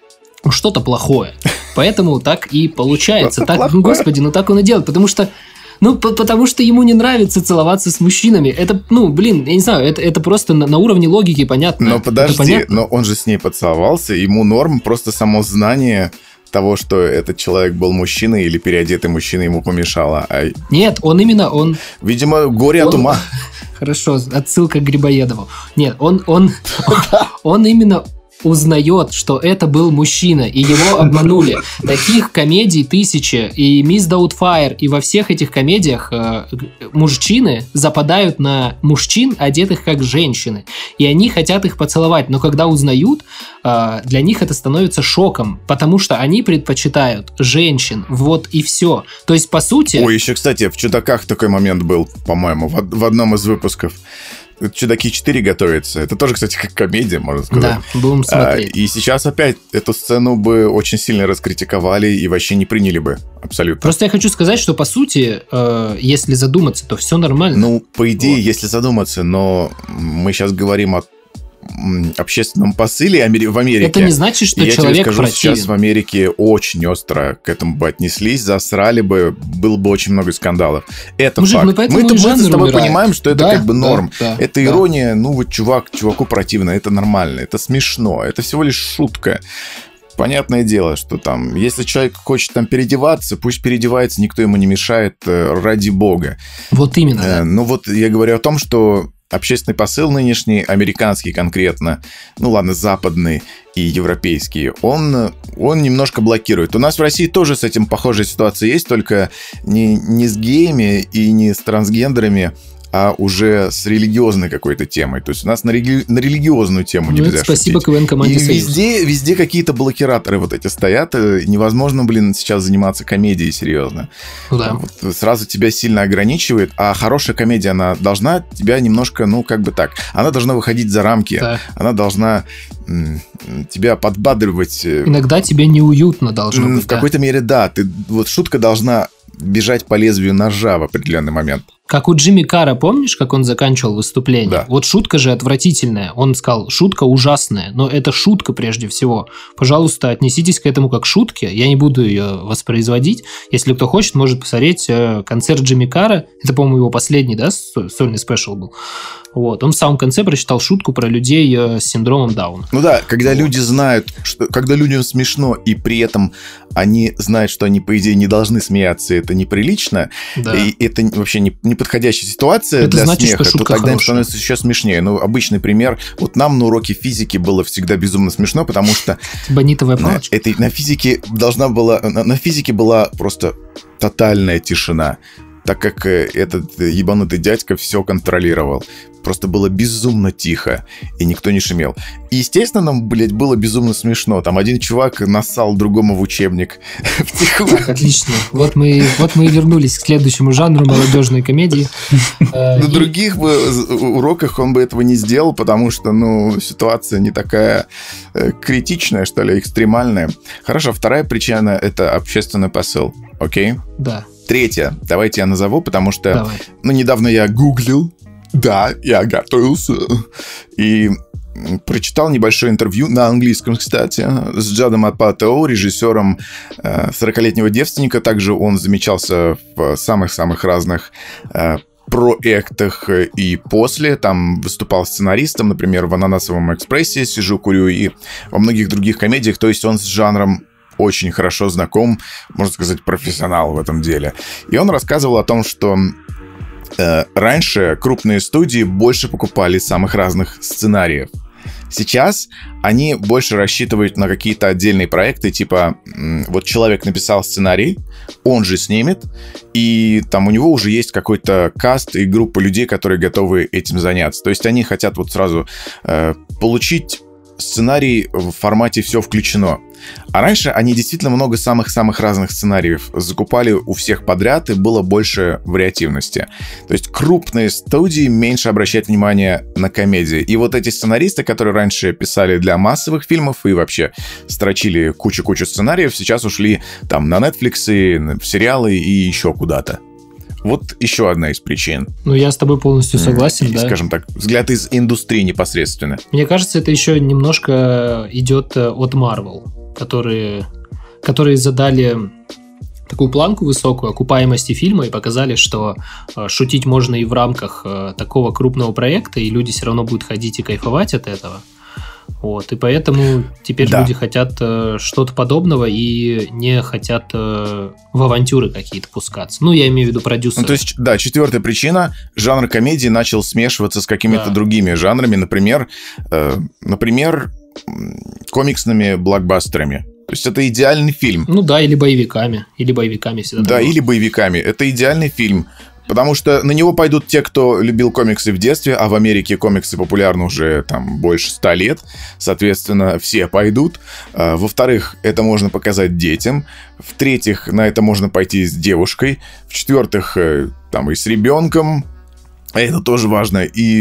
что-то плохое. Поэтому так и получается. Так, господи, ну так он и делает, потому что Ну, по- потому что ему не нравится целоваться с мужчинами. Это, ну, блин, я не знаю, это, это просто на, на уровне логики понятно. Но подожди, но он же с ней поцеловался, ему норм просто само знание того, что этот человек был мужчиной или переодетый мужчина ему помешало. А... Нет, он именно, он... Видимо, горе он... от ума. Хорошо, отсылка к Грибоедову. Нет, он, он, он именно... узнает, что это был мужчина, и его обманули. Таких комедий тысячи, и Мисс Даутфайр, и во всех этих комедиях э, мужчины западают на мужчин, одетых как женщины, и они хотят их поцеловать, но когда узнают, э, для них это становится шоком, потому что они предпочитают женщин, вот и все. То есть, по сути... Ой, еще, кстати, в «Чудаках» такой момент был, по-моему, в, в одном из выпусков. «Чудаки четыре» готовится. Это тоже, кстати, как комедия, можно сказать. Да, будем смотреть. А, и сейчас опять эту сцену бы очень сильно раскритиковали и вообще не приняли бы. Абсолютно. Просто я хочу сказать, что, по сути, э, если задуматься, то все нормально. Ну, по идее, вот. Если задуматься, но мы сейчас говорим о общественном посыле в Америке. Это не значит, что я человек тебе скажу, противен. Сейчас в Америке очень остро к этому бы отнеслись, засрали бы, было бы очень много скандалов. Это Мужик, факт. мы поэтому Мы-то и жанр мы с тобой умирает. понимаем, что это Да, как бы норм. да, да, это да. ирония, ну вот чувак, чуваку противно, это нормально, это смешно, это всего лишь шутка. Понятное дело, что там, если человек хочет там переодеваться, пусть переодевается, никто ему не мешает, ради бога. Вот именно, да. Ну вот я говорю о том, что общественный посыл нынешний, американский конкретно, ну ладно, западный и европейский, он, он немножко блокирует. У нас в России тоже с этим похожая ситуация есть, только не, не с геями и не с трансгендерами, а уже с религиозной какой-то темой. То есть у нас на, реги... на религиозную тему Ну, нельзя это спасибо шутить. КВН-команде И «Союз». везде, везде какие-то блокираторы вот эти стоят. Невозможно, блин, сейчас заниматься комедией серьезно. Да. Вот сразу тебя сильно ограничивает. А хорошая комедия, она должна тебя немножко, ну, как бы так, она должна выходить за рамки. Да. Она должна м, тебя подбадривать. Иногда тебе неуютно должно В быть. какой-то да. мере, да. Ты, вот шутка должна бежать по лезвию ножа в определенный момент. Как у Джимми Карра, помнишь, как он заканчивал выступление? Да. Вот шутка же отвратительная. Он сказал, шутка ужасная, но это шутка прежде всего. Пожалуйста, отнеситесь к этому как к шутке. Я не буду ее воспроизводить. Если кто хочет, может посмотреть концерт Джимми Карра. Это, по-моему, его последний, да, сольный спешл был. Вот. Он в самом конце прочитал шутку про людей с синдромом Дауна. Ну да, когда Вот. люди знают, что, когда людям смешно, и при этом они знают, что они, по идее, не должны смеяться, это неприлично, Да. и это вообще не, не подходящая ситуация Это для значит, смеха, что то шутка тогда им хорошая. становится еще смешнее. Ну, обычный пример. Вот нам на уроке физики было всегда безумно смешно, потому что Бонитовая на, палочка. этой, на физике должна была... На, на физике была просто тотальная тишина, так как этот ебанутый дядька все контролировал. Просто было безумно тихо, и никто не шумел. И, естественно, нам, блядь, было безумно смешно. Там один чувак нассал другому в учебник втихую. Так, отлично. Вот мы, вот мы и вернулись к следующему жанру молодежной комедии. На других бы уроках он бы этого не сделал, потому что, ну, ситуация не такая критичная, что ли, экстремальная. Хорошо, вторая причина — это общественный посыл. Окей? Да. Третья. Давайте я назову, потому что, Давай. ну, недавно я гуглил. Да, я готовился. И прочитал небольшое интервью на английском, кстати, с Джадом Апатоу, режиссером сорокалетнего девственника. Также он замечался в самых-самых разных проектах и после. Там выступал сценаристом, например, в «Ананасовом экспрессе», «Сижу, курю» и во многих других комедиях. То есть он с жанром очень хорошо знаком, можно сказать, профессионал в этом деле. И он рассказывал о том, что э, раньше крупные студии больше покупали самых разных сценариев. Сейчас они больше рассчитывают на какие-то отдельные проекты, типа вот человек написал сценарий, он же снимет, и там у него уже есть какой-то каст и группа людей, которые готовы этим заняться. То есть они хотят вот сразу э, получить сценарий в формате «все включено». А раньше они действительно много самых-самых разных сценариев закупали у всех подряд, и было больше вариативности. То есть крупные студии меньше обращают внимание на комедии. И вот эти сценаристы, которые раньше писали для массовых фильмов и вообще строчили кучу-кучу сценариев, сейчас ушли там на Netflix, в сериалы и еще куда-то. Вот еще одна из причин. Ну, я с тобой полностью согласен, И, да. скажем так, взгляд из индустрии непосредственно. Мне кажется, это еще немножко идет от Marvel, которые, которые задали такую планку высокую окупаемости фильма и показали, что э, шутить можно и в рамках э, такого крупного проекта, и люди все равно будут ходить и кайфовать от этого. Вот, и поэтому теперь Да. люди хотят э, что-то подобного и не хотят э, в авантюры какие-то пускаться. Ну, я имею в виду продюсеры. Ну, то есть, да, четвертая причина. Жанр комедии начал смешиваться с какими-то Да. другими жанрами. Например, э, например, м, комиксными блокбастерами. То есть это идеальный фильм. Ну да, или боевиками. Или боевиками всегда. Да, было. или боевиками. Это идеальный фильм. Потому что на него пойдут те, кто любил комиксы в детстве, а в Америке комиксы популярны уже там больше ста лет. Соответственно, все пойдут. А, во-вторых, это можно показать детям. В-третьих, на это можно пойти с девушкой. В-четвертых, э, там и с ребенком. А это тоже важно. И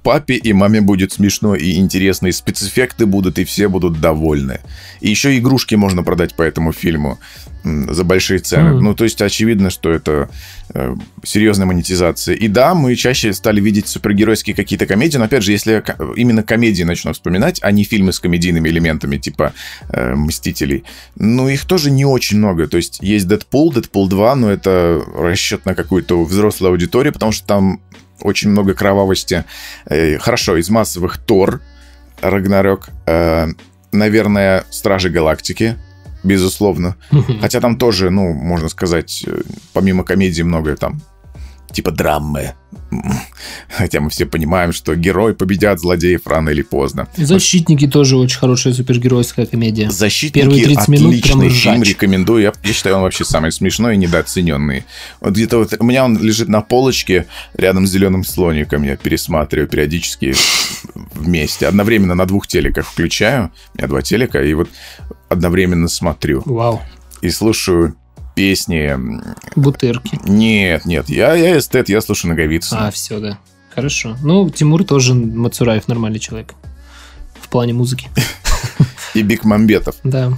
папе и маме будет смешно и интересно, и спецэффекты будут, и все будут довольны. И еще игрушки можно продать по этому фильму за большие цены. Mm. Ну, то есть, очевидно, что это э, серьезная монетизация. И да, мы чаще стали видеть супергеройские какие-то комедии, но, опять же, если именно комедии начну вспоминать, а не фильмы с комедийными элементами, типа э, «Мстителей», ну, их тоже не очень много. То есть, есть «Дэдпул», «Дэдпул два», но это расчет на какую-то взрослую аудиторию, потому что там очень много кровавости. Э, хорошо, из массовых «Тор», «Рагнарёк», э, наверное, «Стражи Галактики», безусловно. Хотя там тоже, ну, можно сказать, помимо комедии многое там, типа драмы. Хотя мы все понимаем, что герой победят злодеев рано или поздно. «Защитники» тоже очень хорошая супергеройская комедия. «Защитники» Первые тридцать минут прям отличный фильм, рекомендую. Я, я считаю, он вообще самый смешной и недооцененный. Вот где-то вот у меня он лежит на полочке рядом с «Зеленым слоником». Я пересматриваю периодически вместе. Одновременно на двух телеках включаю. У меня два телека, и вот одновременно смотрю. Вау. И слушаю песни. Бутырки. Нет, нет, я, я эстет, я слушаю Наговицына. А, все, да. Хорошо. Ну, Тимур тоже, Мацураев нормальный человек. В плане музыки. И Бекмамбетов. Да.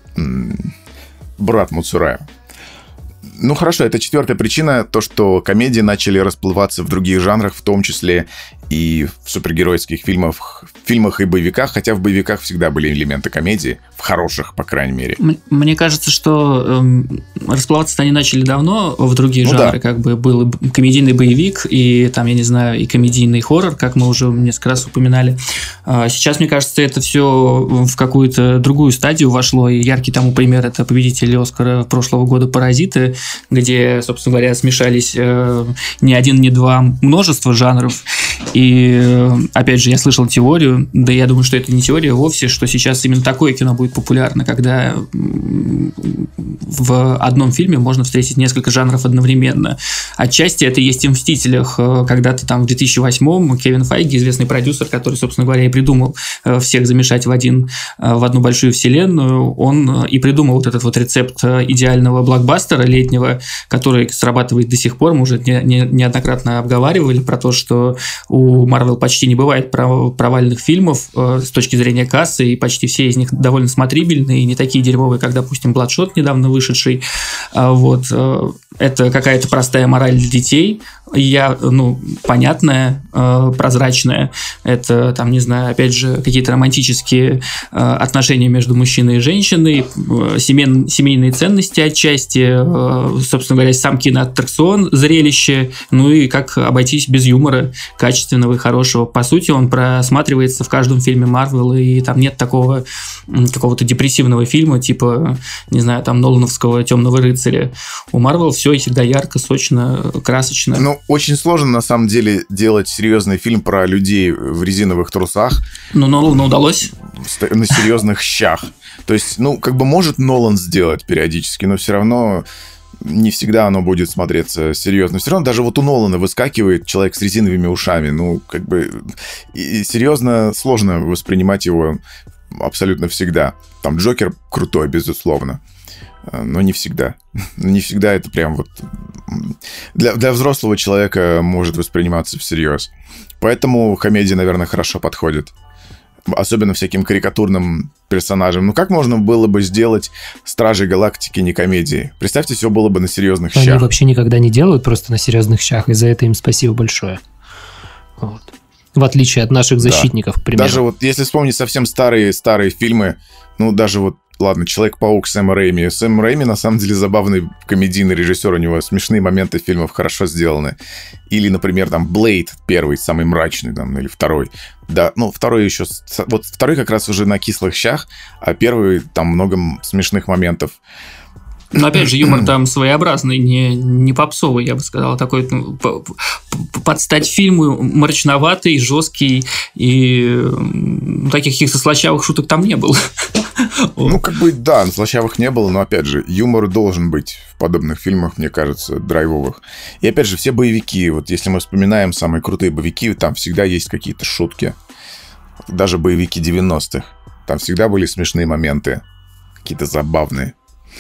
Брат Мацураева. Ну, хорошо, это четвертая причина, то, что комедии начали расплываться в других жанрах, в том числе и в супергеройских фильмах, фильмах и боевиках, хотя в боевиках всегда были элементы комедии, в хороших, по крайней мере. Мне кажется, что эм, расплываться-то они начали давно в другие ну, жанры, да. Как бы был и комедийный боевик, и там, я не знаю, и комедийный хоррор, как мы уже несколько раз упоминали. А сейчас, мне кажется, это все в какую-то другую стадию вошло, и яркий тому пример – это победитель Оскара прошлого года «Паразиты», где, собственно говоря, смешались э, не один, не два, множество жанров. И, опять же, я слышал теорию, да я думаю, что это не теория вовсе, что сейчас именно такое кино будет популярно, когда в одном фильме можно встретить несколько жанров одновременно. Отчасти это есть и в «Мстителях». Когда-то там в две тысячи восьмом Кевин Файги, известный продюсер, который, собственно говоря, и придумал всех замешать в, один, в одну большую вселенную, он и придумал вот этот вот рецепт идеального блокбастера летнего, который срабатывает до сих пор. Мы уже не, не, неоднократно обговаривали про то, что у Marvel почти не бывает провальных фильмов э, с точки зрения кассы, и почти все из них довольно смотрибельные, и не такие дерьмовые, как, допустим, Бладшот, недавно вышедший. А, вот, э, это какая-то простая мораль для детей, я, ну, понятная, э, прозрачная. Это, там, не знаю, опять же, какие-то романтические э, отношения между мужчиной и женщиной, э, семей, семейные ценности отчасти, э, собственно говоря, сам киноаттракцион, зрелище, ну и как обойтись без юмора, качественного и хорошего. По сути, он просматривается в каждом фильме Marvel, и там нет такого какого-то депрессивного фильма, типа, не знаю, там, Нолановского «Темного рыцаря». У Marvel все и всегда ярко, сочно, красочно. Ну, очень сложно, на самом деле, делать серьезный фильм про людей в резиновых трусах. Ну, Нолану удалось. На серьезных щах. То есть, ну, как бы может Нолан сделать периодически, но все равно не всегда оно будет смотреться серьезно. Все равно даже вот у Нолана выскакивает человек с резиновыми ушами. Ну, как бы и серьезно сложно воспринимать его абсолютно всегда. Там Джокер крутой, безусловно. Но не всегда. Не всегда это прям вот... Для, для взрослого человека может восприниматься всерьез. Поэтому комедия, наверное, хорошо подходит. Особенно всяким карикатурным персонажам. Ну, как можно было бы сделать «Стражи Галактики» не комедией? Представьте, все было бы на серьезных щах. Они вообще никогда не делают просто на серьезных щах, и за это им спасибо большое. Вот. В отличие от наших защитников, да. к примеру. Даже вот, если вспомнить совсем старые, старые фильмы, ну, даже вот ладно, «Человек-паук» Сэма Рэйми. Сэм Рэйми, на самом деле, забавный комедийный режиссер. У него смешные моменты фильмов хорошо сделаны. Или, например, там, «Блейд» первый, самый мрачный, там, или второй. Да, ну, второй еще... Вот второй как раз уже на кислых щах, а первый, там, много смешных моментов. Но, опять же, юмор там своеобразный, не, не попсовый, я бы сказал. Такой, ну, под стать фильму мрачноватый, жесткий, и таких каких-то слащавых шуток там не было. Ну, как бы, да, слащавых не было, но, опять же, юмор должен быть в подобных фильмах, мне кажется, драйвовых. И, опять же, все боевики, вот если мы вспоминаем самые крутые боевики, там всегда есть какие-то шутки. Даже боевики девяностых. Там всегда были смешные моменты, какие-то забавные.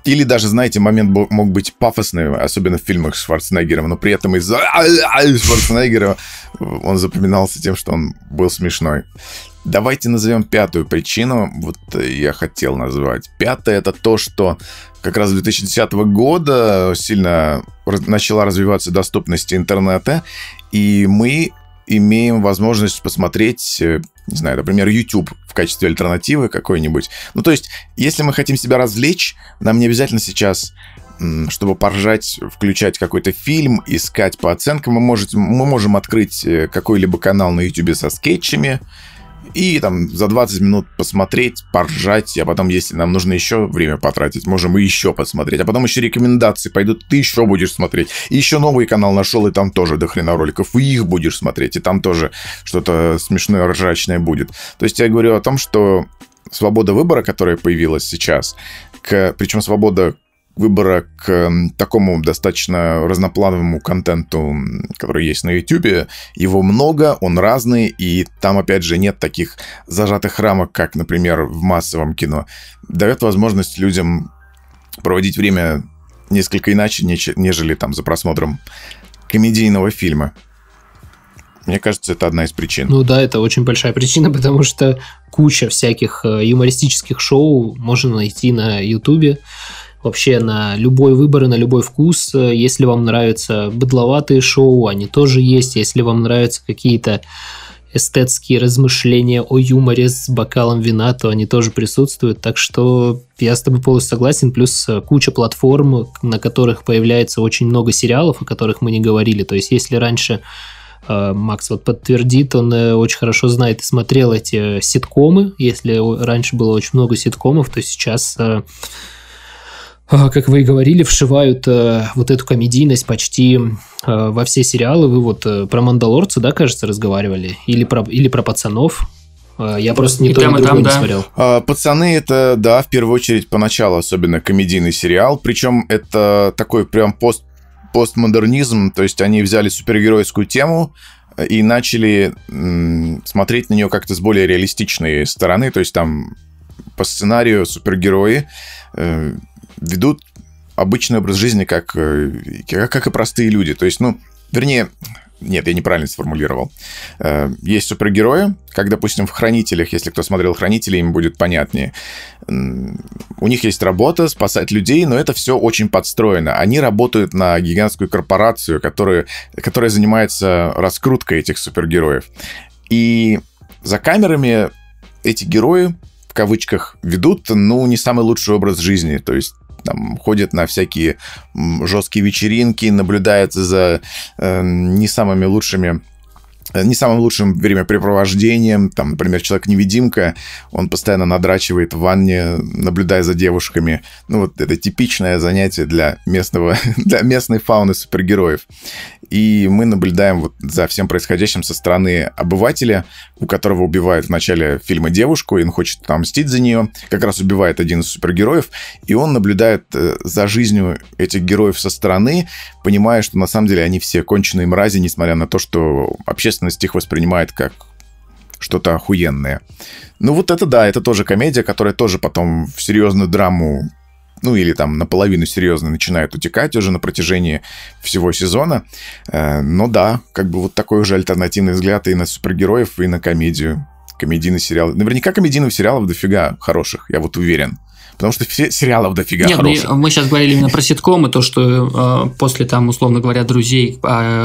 Или даже, знаете, момент мог быть пафосный, особенно в фильмах с Шварценеггером, но при этом из-за Шварценеггера он запоминался тем, что он был смешной. Давайте назовем пятую причину. Вот я хотел назвать. Пятая — это то, что как раз с две тысячи десятого года сильно начала развиваться доступность интернета, и мы имеем возможность посмотреть, не знаю, например, YouTube в качестве альтернативы какой-нибудь. Ну, то есть, если мы хотим себя развлечь, нам не обязательно сейчас, чтобы поржать, включать какой-то фильм, искать по оценкам. Мы, можете, мы можем открыть какой-либо канал на YouTube со скетчами и там за двадцать минут посмотреть, поржать, а потом, если нам нужно еще время потратить, можем и еще посмотреть, а потом еще рекомендации пойдут, ты еще будешь смотреть, и еще новый канал нашел, и там тоже до хрена роликов, и их будешь смотреть, и там тоже что-то смешное, ржачное будет. То есть я говорю о том, что свобода выбора, которая появилась сейчас, к, причем свобода выбора к такому достаточно разноплановому контенту, который есть на YouTube, его много, он разный, и там, опять же, нет таких зажатых рамок, как, например, в массовом кино. Дает возможность людям проводить время несколько иначе, нежели там за просмотром комедийного фильма. Мне кажется, это одна из причин. Ну да, это очень большая причина, потому что куча всяких юмористических шоу можно найти на YouTube. Вообще на любой выбор и на любой вкус. Если вам нравятся быдловатые шоу, они тоже есть. Если вам нравятся какие-то эстетские размышления о юморе с бокалом вина, то они тоже присутствуют. Так что я с тобой полностью согласен. Плюс куча платформ, на которых появляется очень много сериалов, о которых мы не говорили. То есть если раньше Макс вот подтвердит, он очень хорошо знает и смотрел эти ситкомы. Если раньше было очень много ситкомов, то сейчас... как вы и говорили, вшивают э, вот эту комедийность почти э, во все сериалы. Вы вот э, про «Мандалорца», да, кажется, разговаривали? Или про, или про «Пацанов». Э, я просто ни и то, ни другое не да. смотрел. А, «Пацаны» — это, да, в первую очередь, поначалу особенно комедийный сериал. Причем это такой прям пост, постмодернизм. То есть они взяли супергеройскую тему и начали м- смотреть на нее как-то с более реалистичной стороны. То есть там по сценарию супергерои... Э- ведут обычный образ жизни, как, как и простые люди. То есть, ну, вернее, нет, я неправильно сформулировал. Есть супергерои, как, допустим, в «Хранителях», если кто смотрел «Хранители», им будет понятнее. У них есть работа спасать людей, но это все очень подстроено. Они работают на гигантскую корпорацию, которая, которая занимается раскруткой этих супергероев. И за камерами эти герои, в кавычках, ведут, ну, не самый лучший образ жизни. То есть там ходят на всякие жесткие вечеринки, наблюдают за э, не самыми лучшими, не самым лучшим времяпрепровождением. Там, например, Человек-невидимка, он постоянно надрачивает в ванне, наблюдая за девушками. Ну, вот это типичное занятие для местного, для местной фауны супергероев. И мы наблюдаем вот за всем происходящим со стороны обывателя, у которого убивают в начале фильма девушку, и он хочет отомстить за нее. Как раз убивает один из супергероев, и он наблюдает за жизнью этих героев со стороны, понимая, что на самом деле они все конченые мрази, несмотря на то, что общественность их воспринимает как что-то охуенное. Ну вот это да, это тоже комедия, которая тоже потом в серьезную драму, ну или там наполовину серьезно начинает утекать уже на протяжении всего сезона. Но да, как бы вот такой уже альтернативный взгляд и на супергероев, и на комедию. Комедийный сериал. Наверняка комедийных сериалов дофига хороших, я вот уверен. Потому что все сериалов дофига Нет, хороших. Мы, мы сейчас говорили именно про ситкомы, то, что э, после, там, условно говоря, «Друзей»,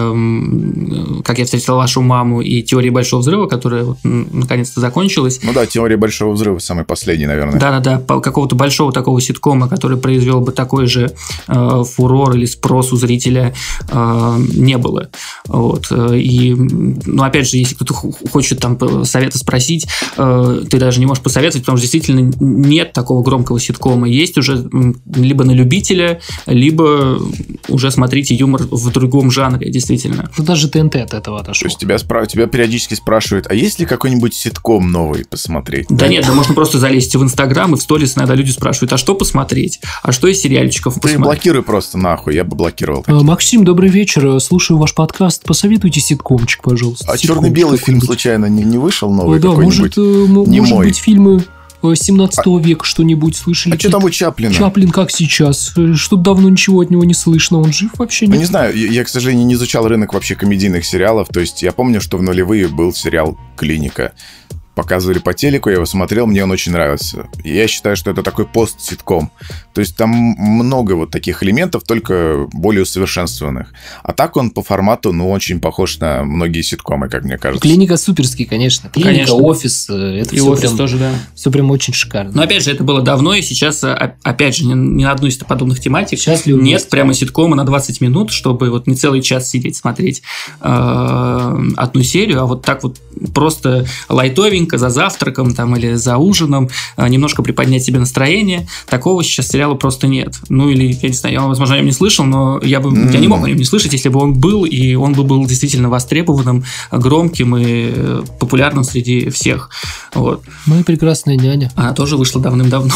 э, «Как я встретил вашу маму» и «Теории большого взрыва», которая вот, наконец-то закончилась. Ну да, «Теория большого взрыва» самый последний, наверное. Да-да-да, какого-то большого такого ситкома, который произвел бы такой же э, фурор или спрос у зрителя, э, не было. Вот. И, ну, опять же, если кто-то хочет там совета спросить, э, ты даже не можешь посоветовать, потому что действительно нет такого громкого ситкома. Есть уже либо на любителя, либо уже смотрите юмор в другом жанре, действительно. Ну, даже ТНТ от этого отошел. То есть тебя, спра- тебя периодически спрашивают, а есть ли какой-нибудь ситком новый посмотреть? Да, да? Нет, да можно просто залезть в Инстаграм, и в сторис иногда люди спрашивают, а что посмотреть? А что из сериальчиков Ты посмотреть? блокируй просто нахуй, я бы блокировал. А, Максим, добрый вечер, слушаю ваш подкаст, посоветуйте ситкомчик, пожалуйста. А черно-белый фильм случайно не, не вышел новый О, да, какой-нибудь? Может, может Немой. быть, фильмы... семнадцатого века что-нибудь слышали? А что там у Чаплина? Чаплин как сейчас? Что-то давно ничего от него не слышно. Он жив вообще? Ну, Нет? не знаю, я, я, к сожалению, не изучал рынок вообще комедийных сериалов. То есть я помню, что в нулевые был сериал «Клиника». Показывали по телеку, я его смотрел, мне он очень нравился. И я считаю, что это такой пост-ситком. То есть там много вот таких элементов, только более усовершенствованных. А так он по формату, ну, очень похож на многие ситкомы, как мне кажется. Клиника суперский, конечно. Клиника, конечно. Офис. Это и все Офис прям, тоже, да. Все прям очень шикарно. Но опять же, это было давно, и сейчас, опять же, ни на одну из подобных тематик Счастливы нет вместе. прямо ситкома на двадцать минут, чтобы вот не целый час сидеть, смотреть э, одну серию, а вот так вот просто лайтовенько за завтраком там, или за ужином э, немножко приподнять себе настроение. Такого сейчас сериала просто нет. Ну или, я не знаю, я, возможно, о нем не слышал, но я бы mm. я не мог о нем не слышать, если бы он был, и он бы был действительно востребованным, громким и популярным среди всех. Вот. «Моя прекрасная няня». Она тоже вышла давным-давно.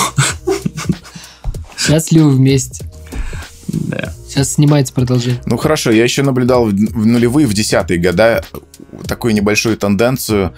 «Счастливы вместе». Да. Сейчас снимается продолжение. Ну хорошо, я еще наблюдал в нулевые, в десятые года такую небольшую тенденцию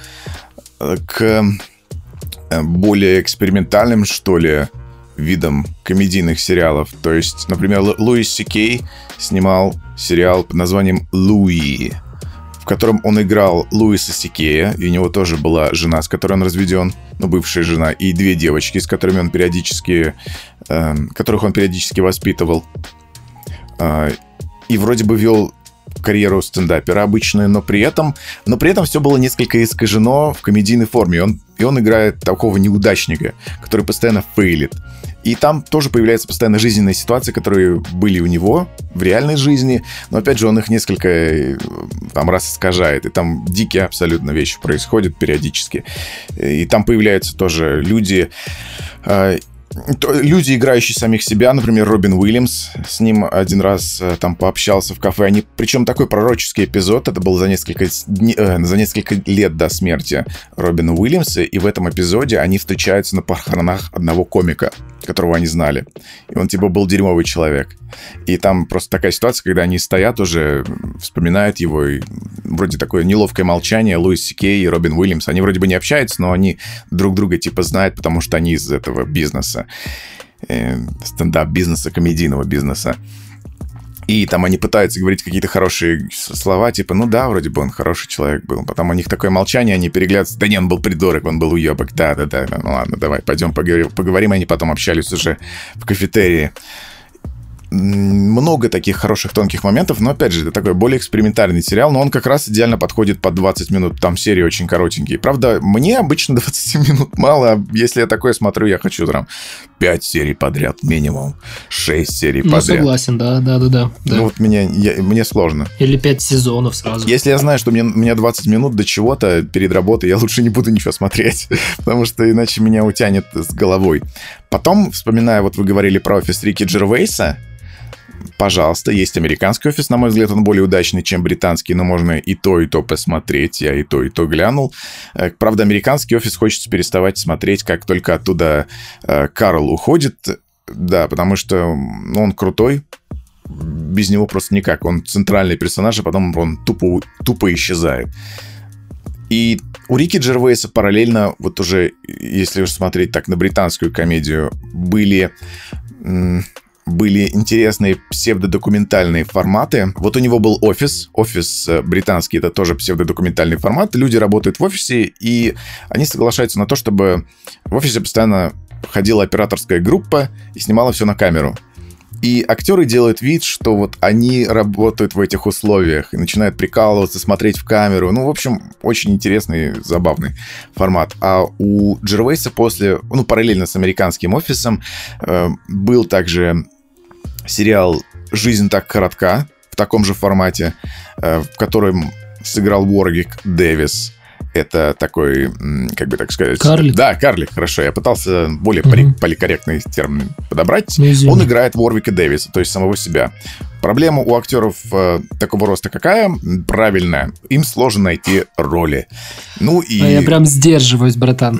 к более экспериментальным, что ли, видам комедийных сериалов. То есть, например, Луис Си Кей снимал сериал под названием «Луи», в котором он играл Луиса Си Кея, и у него тоже была жена, с которой он разведен, ну, бывшая жена, и две девочки, с которыми он периодически, э, которых он периодически воспитывал. Э, и вроде бы вел карьеру стендапера обычную, но при этом, но при этом все было несколько искажено в комедийной форме. И он, и он играет такого неудачника, который постоянно фейлит. И там тоже появляются постоянно жизненные ситуации, которые были у него в реальной жизни, но, опять же, он их несколько там раз искажает. И там дикие абсолютно вещи происходят периодически. И там появляются тоже люди... Люди, играющие самих себя, например, Робин Уильямс, с ним один раз э, там пообщался в кафе. Они, причем такой пророческий эпизод, это был за несколько, дни, э, за несколько лет до смерти Робина Уильямса, и в этом эпизоде они встречаются на похоронах одного комика, которого они знали. И он типа был дерьмовый человек. И там просто такая ситуация, когда они стоят уже, вспоминают его, и вроде такое неловкое молчание. Луис Си Кей и Робин Уильямс, они вроде бы не общаются, но они друг друга типа знают, потому что они из этого бизнеса. Стендап-бизнеса, комедийного бизнеса. И там они пытаются говорить какие-то хорошие слова, типа, ну да, вроде бы он хороший человек был. Потом у них такое молчание, они переглядываются. Да не, он был придурок, он был уебок. Да-да-да, ну ладно, давай, пойдем поговорим. Поговорим, они потом общались уже в кафетерии. Много таких хороших тонких моментов, но, опять же, это такой более экспериментальный сериал, но он как раз идеально подходит под двадцать минут, там серии очень коротенькие. Правда, мне обычно двадцать минут мало, если я такое смотрю, я хочу там пять серий подряд минимум, шесть серий ну, подряд. Ну, согласен, да, да, да, да. Ну, вот мне, я, мне сложно. Или пять сезонов сразу. Если я знаю, что мне, мне двадцать минут до чего-то перед работой, я лучше не буду ничего смотреть, потому что иначе меня утянет с головой. Потом, вспоминая, вот вы говорили про офис Рики Джервейса, пожалуйста, есть американский офис, на мой взгляд, он более удачный, чем британский, но можно и то, и то посмотреть, я и то, и то глянул. Правда, американский офис хочется переставать смотреть, как только оттуда Карл уходит, да, потому что ну, он крутой, без него просто никак, он центральный персонаж, а потом он тупо, тупо исчезает. И у Рики Джервейса параллельно, вот уже, если уж смотреть так на британскую комедию, были... были интересные псевдодокументальные форматы. Вот у него был офис. Офис британский — это тоже псевдодокументальный формат. Люди работают в офисе, и они соглашаются на то, чтобы в офисе постоянно ходила операторская группа и снимала все на камеру. И актеры делают вид, что вот они работают в этих условиях и начинают прикалываться, смотреть в камеру. Ну, в общем, очень интересный, забавный формат. А у Джервейса после, ну, параллельно с американским офисом, э, был также сериал «Жизнь так коротка» в таком же формате, э, в котором сыграл Уорвик Дэвис. Это такой, как бы так сказать... Карлик? Да, карлик, хорошо. Я пытался более mm-hmm. поликорректный термин подобрать. Mm-hmm. Он играет Уорвика Дэвиса, то есть самого себя. Проблема у актеров э, такого роста какая? Правильная. Им сложно найти роли. Ну и... А я прям сдерживаюсь, братан.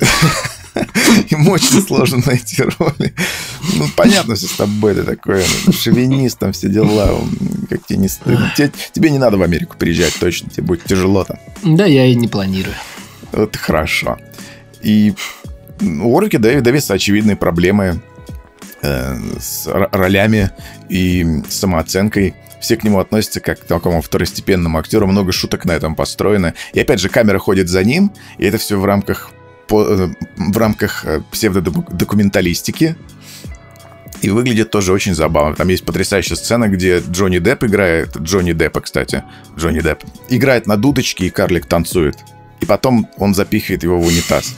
Им очень сложно найти роли. Ну, понятно, все с тобой, ты такой шовинист, там все дела. Как тебе не стыдно. Тебе, тебе не надо в Америку приезжать, точно. Тебе будет тяжело там. Да, я и не планирую. Вот хорошо. И у Уорвика Дэвиса очевидные проблемы э, с ролями и самооценкой. Все к нему относятся как к такому второстепенному актеру. Много шуток на этом построено. И опять же, камера ходит за ним, и это все в рамках, по, в рамках псевдодокументалистики. И выглядит тоже очень забавно. Там есть потрясающая сцена, где Джонни Депп играет... Джонни Деппа, кстати. Джонни Депп. Играет на дудочке, и карлик танцует. И потом он запихивает его в унитаз.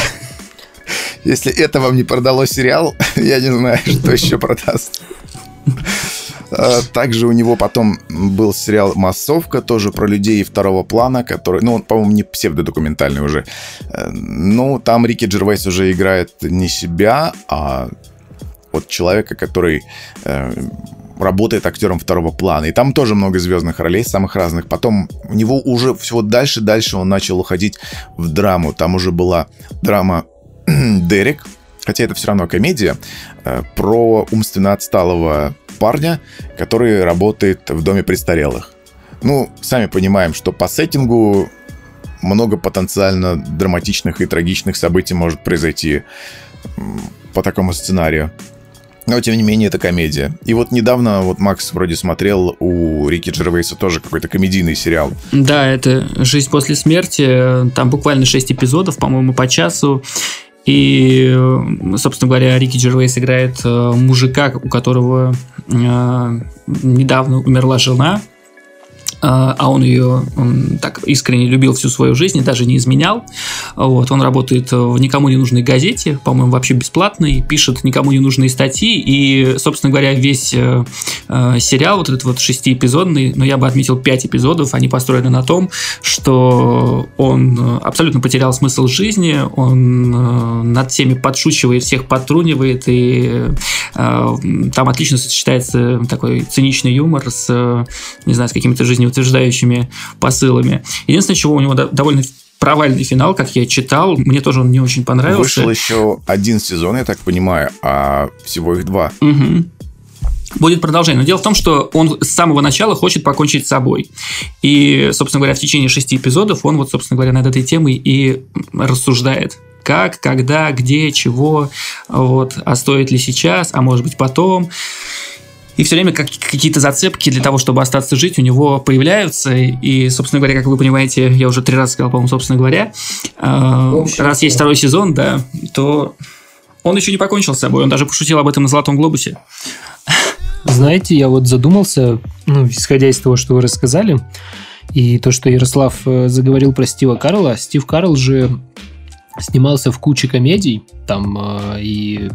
Если это вам не продало сериал, я не знаю, что еще продаст. Также у него потом был сериал «Массовка», тоже про людей второго плана, который, ну, он, по-моему, не псевдодокументальный уже. Ну, там Рики Джервейс уже играет не себя, а вот человека, который э, работает актером второго плана. И там тоже много звездных ролей, самых разных. Потом у него уже всего дальше-дальше он начал уходить в драму. Там уже была драма «Дерек», хотя это все равно комедия, э, про умственно отсталого парня, который работает в доме престарелых. Ну, сами понимаем, что по сеттингу много потенциально драматичных и трагичных событий может произойти по такому сценарию. Но, тем не менее, это комедия. И вот недавно вот Макс вроде смотрел у Рики Джервейса тоже какой-то комедийный сериал. Да, это «Жизнь после смерти». Там буквально шесть эпизодов, по-моему, по часу. И, собственно говоря, Рики Джервейс играет мужика, у которого недавно умерла жена, а он ее он так искренне любил всю свою жизнь и даже не изменял. Вот. Он работает в никому не нужной газете, по-моему, вообще бесплатной, пишет никому не нужные статьи, и, собственно говоря, весь э, сериал, вот этот вот шестиэпизодный, но я бы отметил пять эпизодов, они построены на том, что он абсолютно потерял смысл жизни, он э, над всеми подшучивает, всех подтрунивает, и э, там отлично сочетается такой циничный юмор с, э, не знаю, с какими-то жизнеутверждающими посылами. Единственное, чего у него довольно провальный финал, как я читал, мне тоже он не очень понравился. Вышел еще один сезон, я так понимаю, а всего их два. Угу. Будет продолжение. Но дело в том, что он с самого начала хочет покончить с собой. И, собственно говоря, в течение шести эпизодов он вот, собственно говоря, над этой темой и рассуждает. Как, когда, где, чего, вот, а стоит ли сейчас, а может быть потом. И все время как, какие-то зацепки для того, чтобы остаться жить, у него появляются. И, собственно говоря, как вы понимаете, я уже три раза сказал, по-моему, собственно говоря, э, раз есть второй сезон, да, то он еще не покончил с собой. Он даже пошутил об этом на «Золотом глобусе». Знаете, я вот задумался, ну, исходя из того, что вы рассказали, и то, что Ярослав заговорил про Стива Карелла. Стив Карелл же снимался в куче комедий, там э, и...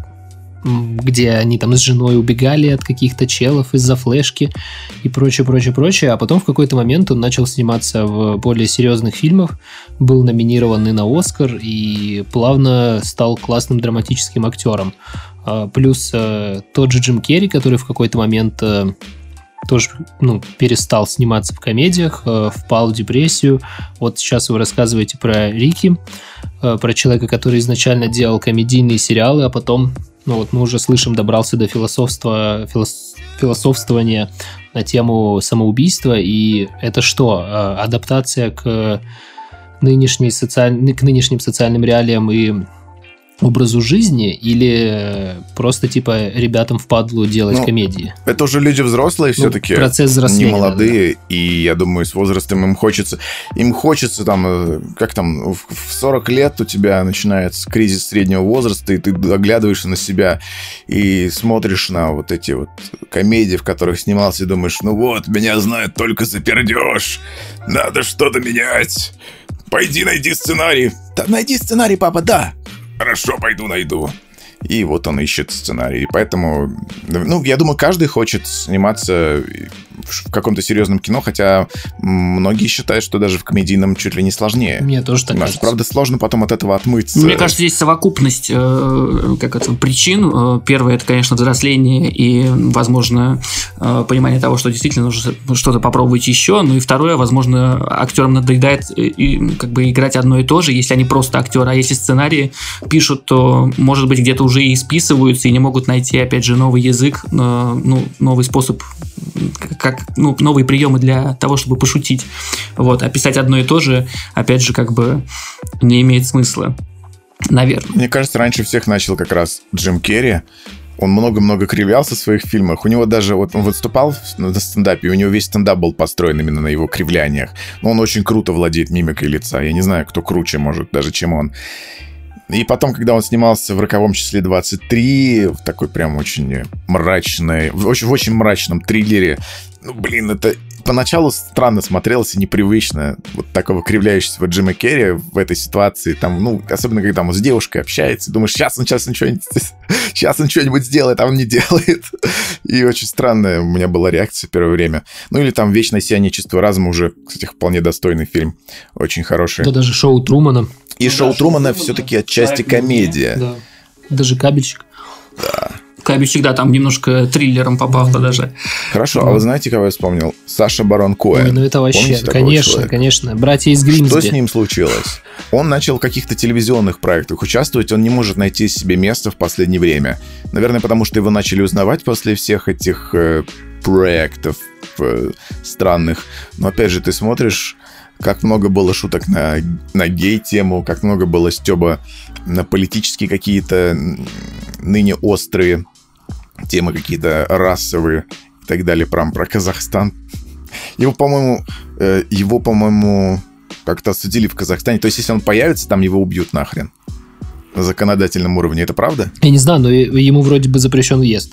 где они там с женой убегали от каких-то челов из-за флешки и прочее, прочее, прочее. А потом в какой-то момент он начал сниматься в более серьезных фильмах, был номинирован и на «Оскар», и плавно стал классным драматическим актером. Плюс тот же Джим Керри, который в какой-то момент тоже, ну, перестал сниматься в комедиях, впал в депрессию. Вот сейчас вы рассказываете про Рики, про человека, который изначально делал комедийные сериалы, а потом, ну вот мы уже слышим, добрался до философства, филос, философствования на тему самоубийства. И это что? Адаптация к, нынешней социаль... к нынешним социальным реалиям и образу жизни, или просто типа ребятам впадлу делать ну, комедии? Это уже люди взрослые, ну, все-таки процесс взросления, не молодые, да. И я думаю, с возрастом им хочется, им хочется там, как там, в сорок лет у тебя начинается кризис среднего возраста, и ты оглядываешься на себя и смотришь на вот эти вот комедии, в которых снимался, и думаешь, ну вот, меня знают только за пердеж, надо что-то менять, пойди найди сценарий. Да, найди сценарий, папа, да. Хорошо, пойду найду. И вот он ищет сценарий. И поэтому, ну, я думаю, каждый хочет сниматься в каком-то серьезном кино, хотя многие считают, что даже в комедийном чуть ли не сложнее. Мне тоже так кажется. Правда, сложно потом от этого отмыться. Мне кажется, здесь совокупность э, как это, причин. Первое, это, конечно, взросление и, возможно, э, понимание того, что действительно нужно что-то попробовать еще. Ну и второе, возможно, актерам надоедает и, как бы играть одно и то же, если они просто актеры. А если сценарии пишут, то, может быть, где-то уже и списываются, и не могут найти, опять же, новый язык, э, ну, новый способ, как, ну, новые приемы для того, чтобы пошутить. Вот. А писать одно и то же, опять же, как бы не имеет смысла. Наверное. Мне кажется, раньше всех начал как раз Джим Керри. Он много-много кривлялся в своих фильмах. У него даже, вот он выступал на стендапе, и у него весь стендап был построен именно на его кривляниях. Но он очень круто владеет мимикой лица. Я не знаю, кто круче, может, даже, чем он. И потом, когда он снимался в «Роковом числе двадцать три», в такой прям очень мрачной, в очень, в очень мрачном триллере, ну, блин, это поначалу странно смотрелось и непривычно. Вот такого кривляющегося Джима Керри в этой ситуации, там, ну, особенно когда он с девушкой общается, думаешь, сейчас он, сейчас он что-нибудь, сейчас он что-нибудь сделает, а он не делает. И очень странная у меня была реакция в первое время. Ну, или там «Вечное сияние чистого разума» уже, кстати, вполне достойный фильм, очень хороший. Да, даже «Шоу Трумана». И ну, «Шоу да, Трумана» все-таки отчасти комедия. Да. Даже «Кабельщик». Да. «Кабельщик», да, там немножко триллером попал-то даже. Хорошо, да. А вы знаете, кого я вспомнил? Саша Барон Коэн. Ой, ну это вообще, помните, конечно, конечно. Братья из Гримсби. Что с ним случилось? Он начал в каких-то телевизионных проектах участвовать, он не может найти себе место в последнее время. Наверное, потому что его начали узнавать после всех этих э, проектов э, странных. Но опять же, ты смотришь... Как много было шуток на, на гей-тему, как много было стёба на политические какие-то ныне острые темы, какие-то расовые и так далее, прям про Казахстан. Его, по-моему, его, по-моему, как-то осудили в Казахстане. То есть, если он появится, там его убьют нахрен. На законодательном уровне. Это правда? Я не знаю, но ему вроде бы запрещен въезд.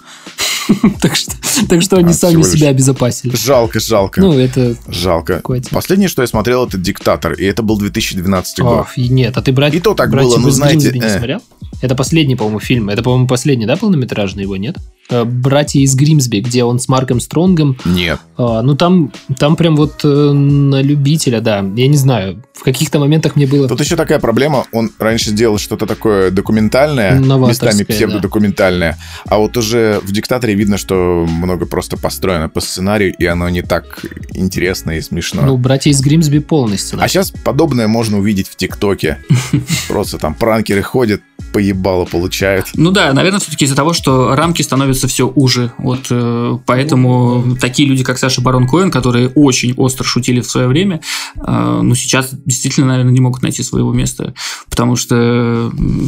Так что, так что они а, сами себя обезопасили. Жалко, жалко. Ну, это... Жалко. Последнее, что я смотрел, это «Диктатор», и это был две тысячи двенадцатый год. Ох, нет, а ты брать... И то так было, ну, знаете... не э. смотрел? Это последний, по-моему, фильм. Это, по-моему, последний, да, полнометражный его, нет? «Братья из Гримсби», где он с Марком Стронгом. Нет. А, ну, там, там прям вот на любителя, да. Я не знаю, в каких-то моментах мне было... Тут еще такая проблема. Он раньше делал что-то такое документальное, местами псевдодокументальное. Да. А вот уже в «Диктаторе» видно, что много просто построено по сценарию, и оно не так интересно и смешно. Ну, «Братья из Гримсби» полный сценарий. А сейчас подобное можно увидеть в ТикТоке. Просто там пранкеры ходят, поебало получают. Ну да, наверное, все-таки из-за того, что рамки становятся все уже. Вот э, поэтому ну, такие люди, как Саша Барон Коэн, которые очень остро шутили в свое время, э, ну сейчас действительно, наверное, не могут найти своего места, потому что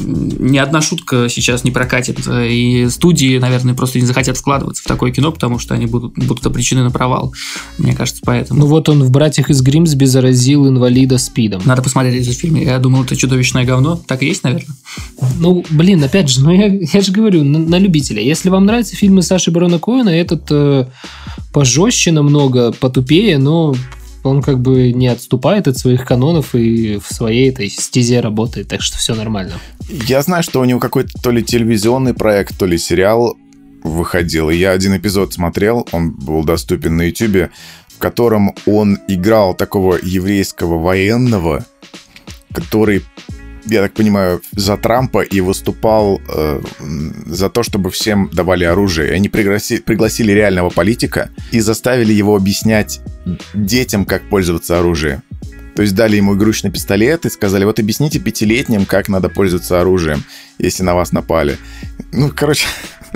ни одна шутка сейчас не прокатит, и студии, наверное, просто не захотят вкладываться в такое кино, потому что они будут, будут обречены на провал. Мне кажется, поэтому. Ну вот он в «Братьях из Гримсби» заразил инвалида СПИДом. Надо посмотреть этот фильм. Я думал, это чудовищное говно. Так и есть, наверное? Ну, блин, опять же, ну я, я же говорю, на, на любителя. Если вам нравятся фильмы Саши Барона Коэна, этот э, пожестче намного, потупее, но он как бы не отступает от своих канонов и в своей этой стезе работает, так что все нормально. Я знаю, что у него какой-то то ли телевизионный проект, то ли сериал выходил. И я один эпизод смотрел, он был доступен на Ютубе, в котором он играл такого еврейского военного, который... я так понимаю, за Трампа и выступал э, за то, чтобы всем давали оружие. И они пригласи, пригласили реального политика и заставили его объяснять детям, как пользоваться оружием. То есть дали ему игрушечный пистолет и сказали, вот объясните пятилетним, как надо пользоваться оружием, если на вас напали. Ну, короче...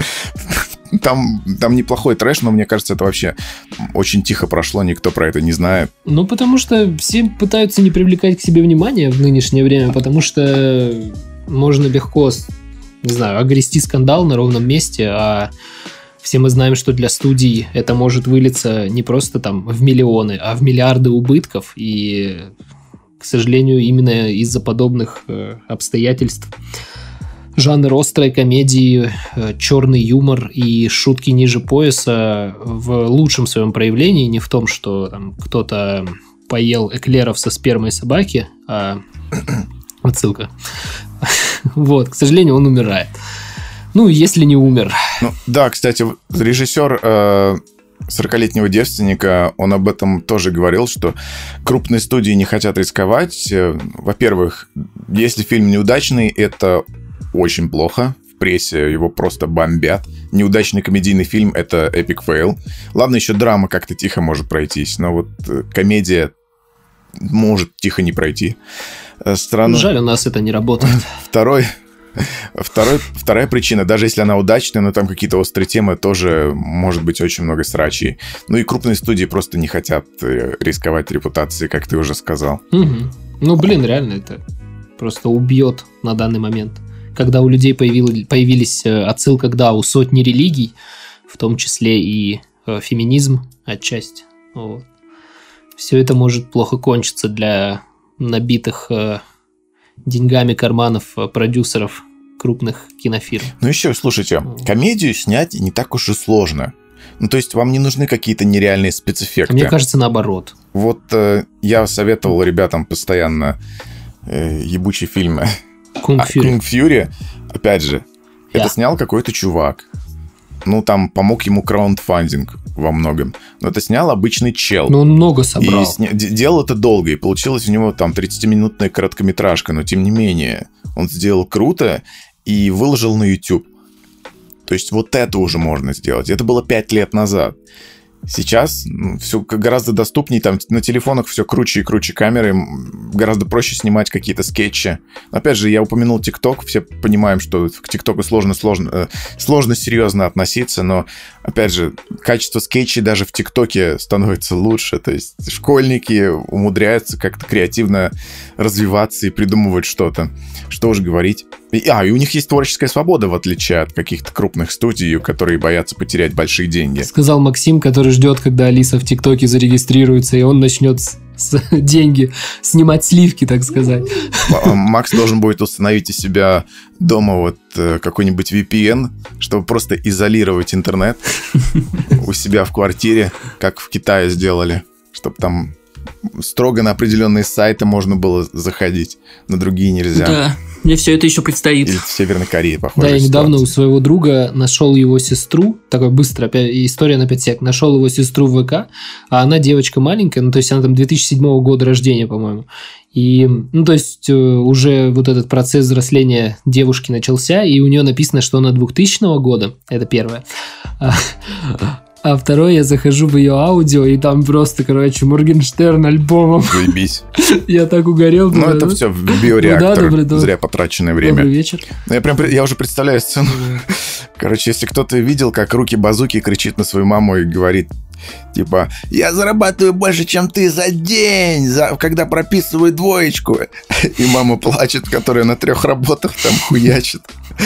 Там, там неплохой трэш, но мне кажется, это вообще очень тихо прошло, никто про это не знает. Ну, потому что все пытаются не привлекать к себе внимания в нынешнее время, потому что можно легко, не знаю, огрести скандал на ровном месте, а все мы знаем, что для студий это может вылиться не просто там в миллионы, а в миллиарды убытков, и, к сожалению, именно из-за подобных э, обстоятельств жанр острой комедии, черный юмор и шутки ниже пояса в лучшем своем проявлении, не в том, что там кто-то поел эклеров со спермой собаки, а отсылка. Вот, к сожалению, он умирает. Ну, если не умер. Ну, да, кстати, режиссер э, «сорокалетнего девственника», он об этом тоже говорил, что крупные студии не хотят рисковать. Во-первых, если фильм неудачный, это очень плохо. В прессе его просто бомбят. Неудачный комедийный фильм — это эпик фейл. Ладно, еще драма как-то тихо может пройтись, но вот комедия может тихо не пройти. Странно. Жаль, у нас это не работает. Второй... Второй, вторая причина, даже если она удачная, но там какие-то острые темы, тоже может быть очень много срачей. Ну и крупные студии просто не хотят рисковать репутацией, как ты уже сказал. Угу. Ну, блин, реально это... просто убьет на данный момент. Когда у людей появилась, появились отсылка, да, у сотни религий, в том числе и э, феминизм отчасти. Вот. Все это может плохо кончиться для набитых э, деньгами карманов э, продюсеров крупных кинофирм. Ну еще, слушайте, комедию снять не так уж и сложно. Ну, то есть вам не нужны какие-то нереальные спецэффекты. Мне кажется, наоборот. Вот э, я советовал ребятам постоянно э, ебучие фильмы. Кунг Фьюри. Кунг Фьюри, опять же, yeah. это снял какой-то чувак. Ну, там помог ему краундфандинг во многом. Но это снял обычный чел. Но он много собрал. И сня... делал это долго, и получилось у него там тридцатиминутная короткометражка, но тем не менее он сделал круто и выложил на YouTube. То есть вот это уже можно сделать. Это было пять лет назад. Сейчас ну, все гораздо доступнее, там на телефонах все круче и круче камеры, гораздо проще снимать какие-то скетчи. Опять же, я упомянул ТикТок, все понимаем, что к ТикТоку сложно, сложно, э, сложно серьезно относиться, но, опять же, качество скетчей даже в ТикТоке становится лучше, то есть школьники умудряются как-то креативно развиваться и придумывать что-то. Что уж говорить. И, а, и у них есть творческая свобода, в отличие от каких-то крупных студий, которые боятся потерять большие деньги. Сказал Максим, который ждет, когда Алиса в ТикТоке зарегистрируется, и он начнет с, с деньги снимать сливки, так сказать. Макс должен будет установить у себя дома вот какой-нибудь ви пи эн, чтобы просто изолировать интернет у себя в квартире, как в Китае сделали, чтобы там строго на определенные сайты можно было заходить, на другие нельзя. Да, мне все это еще предстоит. Или в Северной Корее, похоже. Да, я недавно у своего друга нашел его сестру, такой быстро, опять, история на пять сек, нашел его сестру в ВК, а она девочка маленькая, ну, то есть она там две тысячи седьмого года рождения, по-моему. И, ну, то есть уже вот этот процесс взросления девушки начался, и у нее написано, что она двухтысячного года, это первое. А второй, я захожу в ее аудио, и там просто, короче, Моргенштерн альбомом. Заебись. Я так угорел. Ну, это все биореактор, ну, да, добрый, зря потраченное время. Добрый вечер. Я, прям, я уже представляю сцену. Короче, если кто-то видел, как Руки Базуки кричит на свою маму и говорит, типа, я зарабатываю больше, чем ты за день, за... когда прописываю двоечку. И мама плачет, которая на трех работах там хуячит.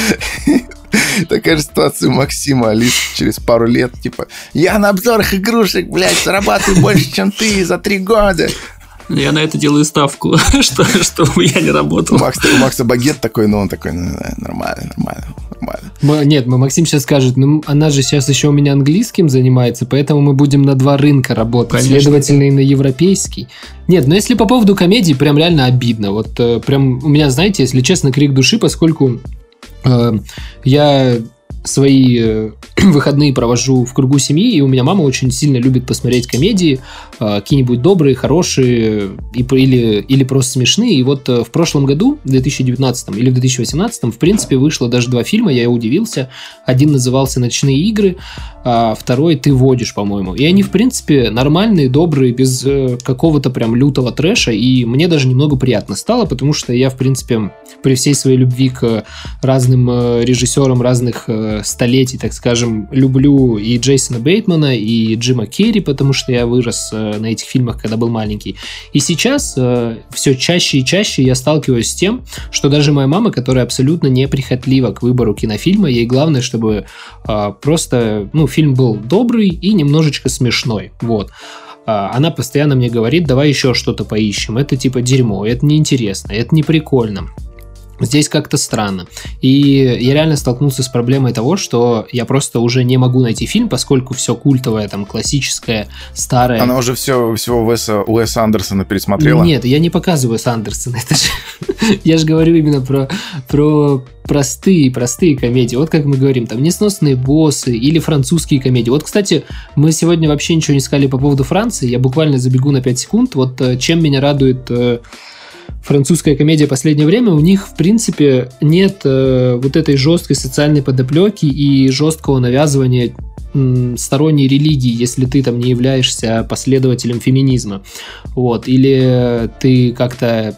Такая же ситуация у Максима, Алис, через пару лет, типа, я на обзорах игрушек, блядь, зарабатываю больше, чем ты за три года. Я на это делаю ставку, что, чтобы я не работал. У Макса, у Макса багет такой, но он такой, ну, нормально, нормально, нормально. Мы, нет, Максим сейчас скажет, ну, она же сейчас еще у меня английским занимается, поэтому мы будем на два рынка работать, конечно. Следовательно, и на европейский. Нет, но если по поводу комедии, прям реально обидно. Вот прям у меня, знаете, если честно, крик души, поскольку э, я... свои э, выходные провожу в кругу семьи, и у меня мама очень сильно любит посмотреть комедии, э, какие-нибудь добрые, хорошие и, или, или просто смешные. И вот э, в прошлом году, в две тысячи девятнадцатом или в две тысячи восемнадцатом, в принципе, вышло даже два фильма, я удивился. Один назывался «Ночные игры», а второй «Ты водишь», по-моему. И они, в принципе, нормальные, добрые, без э, какого-то прям лютого трэша, и мне даже немного приятно стало, потому что я, в принципе, при всей своей любви к разным э, режиссерам разных э, столетий, так скажем, люблю и Джейсона Бейтмана, и Джима Керри, потому что я вырос э, на этих фильмах, когда был маленький. И сейчас э, все чаще и чаще я сталкиваюсь с тем, что даже моя мама, которая абсолютно неприхотлива к выбору кинофильма, ей главное, чтобы э, просто, ну, фильм был добрый и немножечко смешной. Вот. Она постоянно мне говорит, давай еще что-то поищем. Это типа дерьмо, это неинтересно, это не прикольно. Здесь как-то странно. И я реально столкнулся с проблемой того, что я просто уже не могу найти фильм, поскольку все культовое, там, классическое, старое. Она уже все, всего Уэса, Уэса Андерсона пересмотрела? Нет, я не показываю Уэса Андерсона. Это же... я же говорю именно про, про простые, простые комедии. Вот как мы говорим, там, «Несносные боссы» или французские комедии. Вот, кстати, мы сегодня вообще ничего не сказали по поводу Франции. Я буквально забегу на пять секунд. Вот чем меня радует... французская комедия последнее время, у них, в принципе, нет э, вот этой жесткой социальной подоплеки и жесткого навязывания м, сторонней религии, если ты там не являешься последователем феминизма. Вот. Или ты как-то,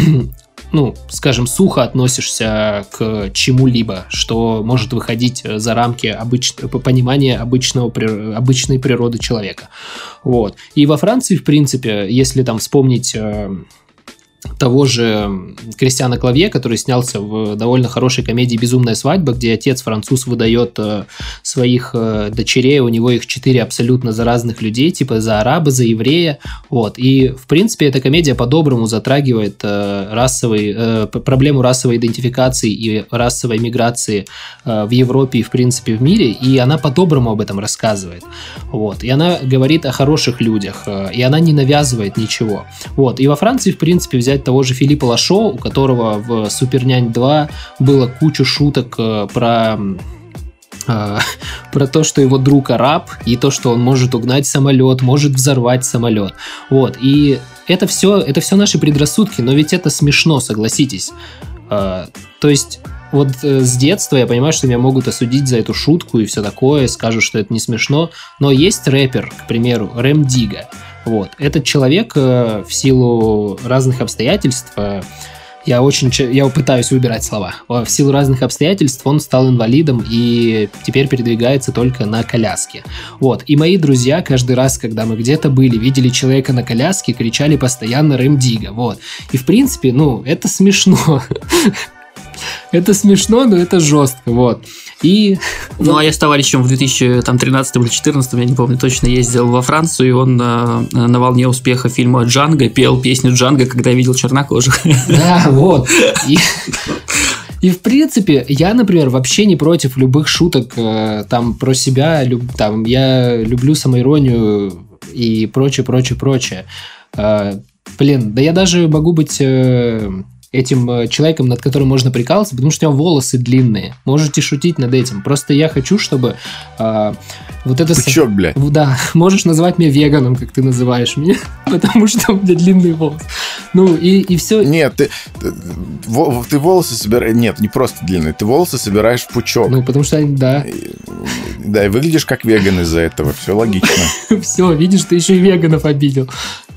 ну, скажем, сухо относишься к чему-либо, что может выходить за рамки обычного, понимания обычного, обычной природы человека. Вот. И во Франции, в принципе, если там вспомнить... того же Кристиана Клавье, который снялся в довольно хорошей комедии «Безумная свадьба», где отец француз выдает своих дочерей, у него их четыре абсолютно за разных людей, типа за араба, за еврея, вот, и, в принципе, эта комедия по-доброму затрагивает расовый, проблему расовой идентификации и расовой миграции в Европе и, в принципе, в мире, и она по-доброму об этом рассказывает, вот, и она говорит о хороших людях, и она не навязывает ничего, вот, и во Франции, в принципе, взять того же Филиппа Лашо, у которого в «Супернянь два» было куча шуток э, про, э, про то, что его друг араб, и то, что он может угнать самолет, может взорвать самолет. Вот. И это все, это все наши предрассудки, но ведь это смешно, согласитесь. Э, то есть... Вот э, с детства я понимаю, что меня могут осудить за эту шутку и все такое, скажут, что это не смешно, но есть рэпер, к примеру, Рэм Дига. Вот. Этот человек э, в силу разных обстоятельств, э, я очень я пытаюсь выбирать слова, в силу разных обстоятельств он стал инвалидом и теперь передвигается только на коляске. Вот. И мои друзья каждый раз, когда мы где-то были, видели человека на коляске, кричали постоянно «Рэм Дига». Вот. И в принципе, ну, это смешно. Это смешно, но это жестко, вот. И... Ну, а я с товарищем в две тысячи тринадцатом или две тысячи четырнадцатом, я не помню точно, ездил во Францию, и он на, на волне успеха фильма «Джанго» пел песню «Джанго», когда видел чернокожих. Да, вот. И... И, в принципе, я, например, вообще не против любых шуток э, там про себя, люб, там, я люблю самоиронию и прочее, прочее, прочее. Э, блин, да я даже могу быть... Э, этим человеком, над которым можно прикалываться, потому что у него волосы длинные. Можете шутить над этим. Просто я хочу, чтобы э, вот это... Пучок, блядь. Да, можешь назвать меня веганом, как ты называешь меня, потому что у меня длинные волосы. Ну, и, и все. Нет, ты, ты, ты волосы собираешь... Нет, не просто длинные. Ты волосы собираешь в пучок. Ну, потому что, да. Да, и выглядишь как веган из-за этого. Все логично. Все, видишь, ты еще и веганов обидел.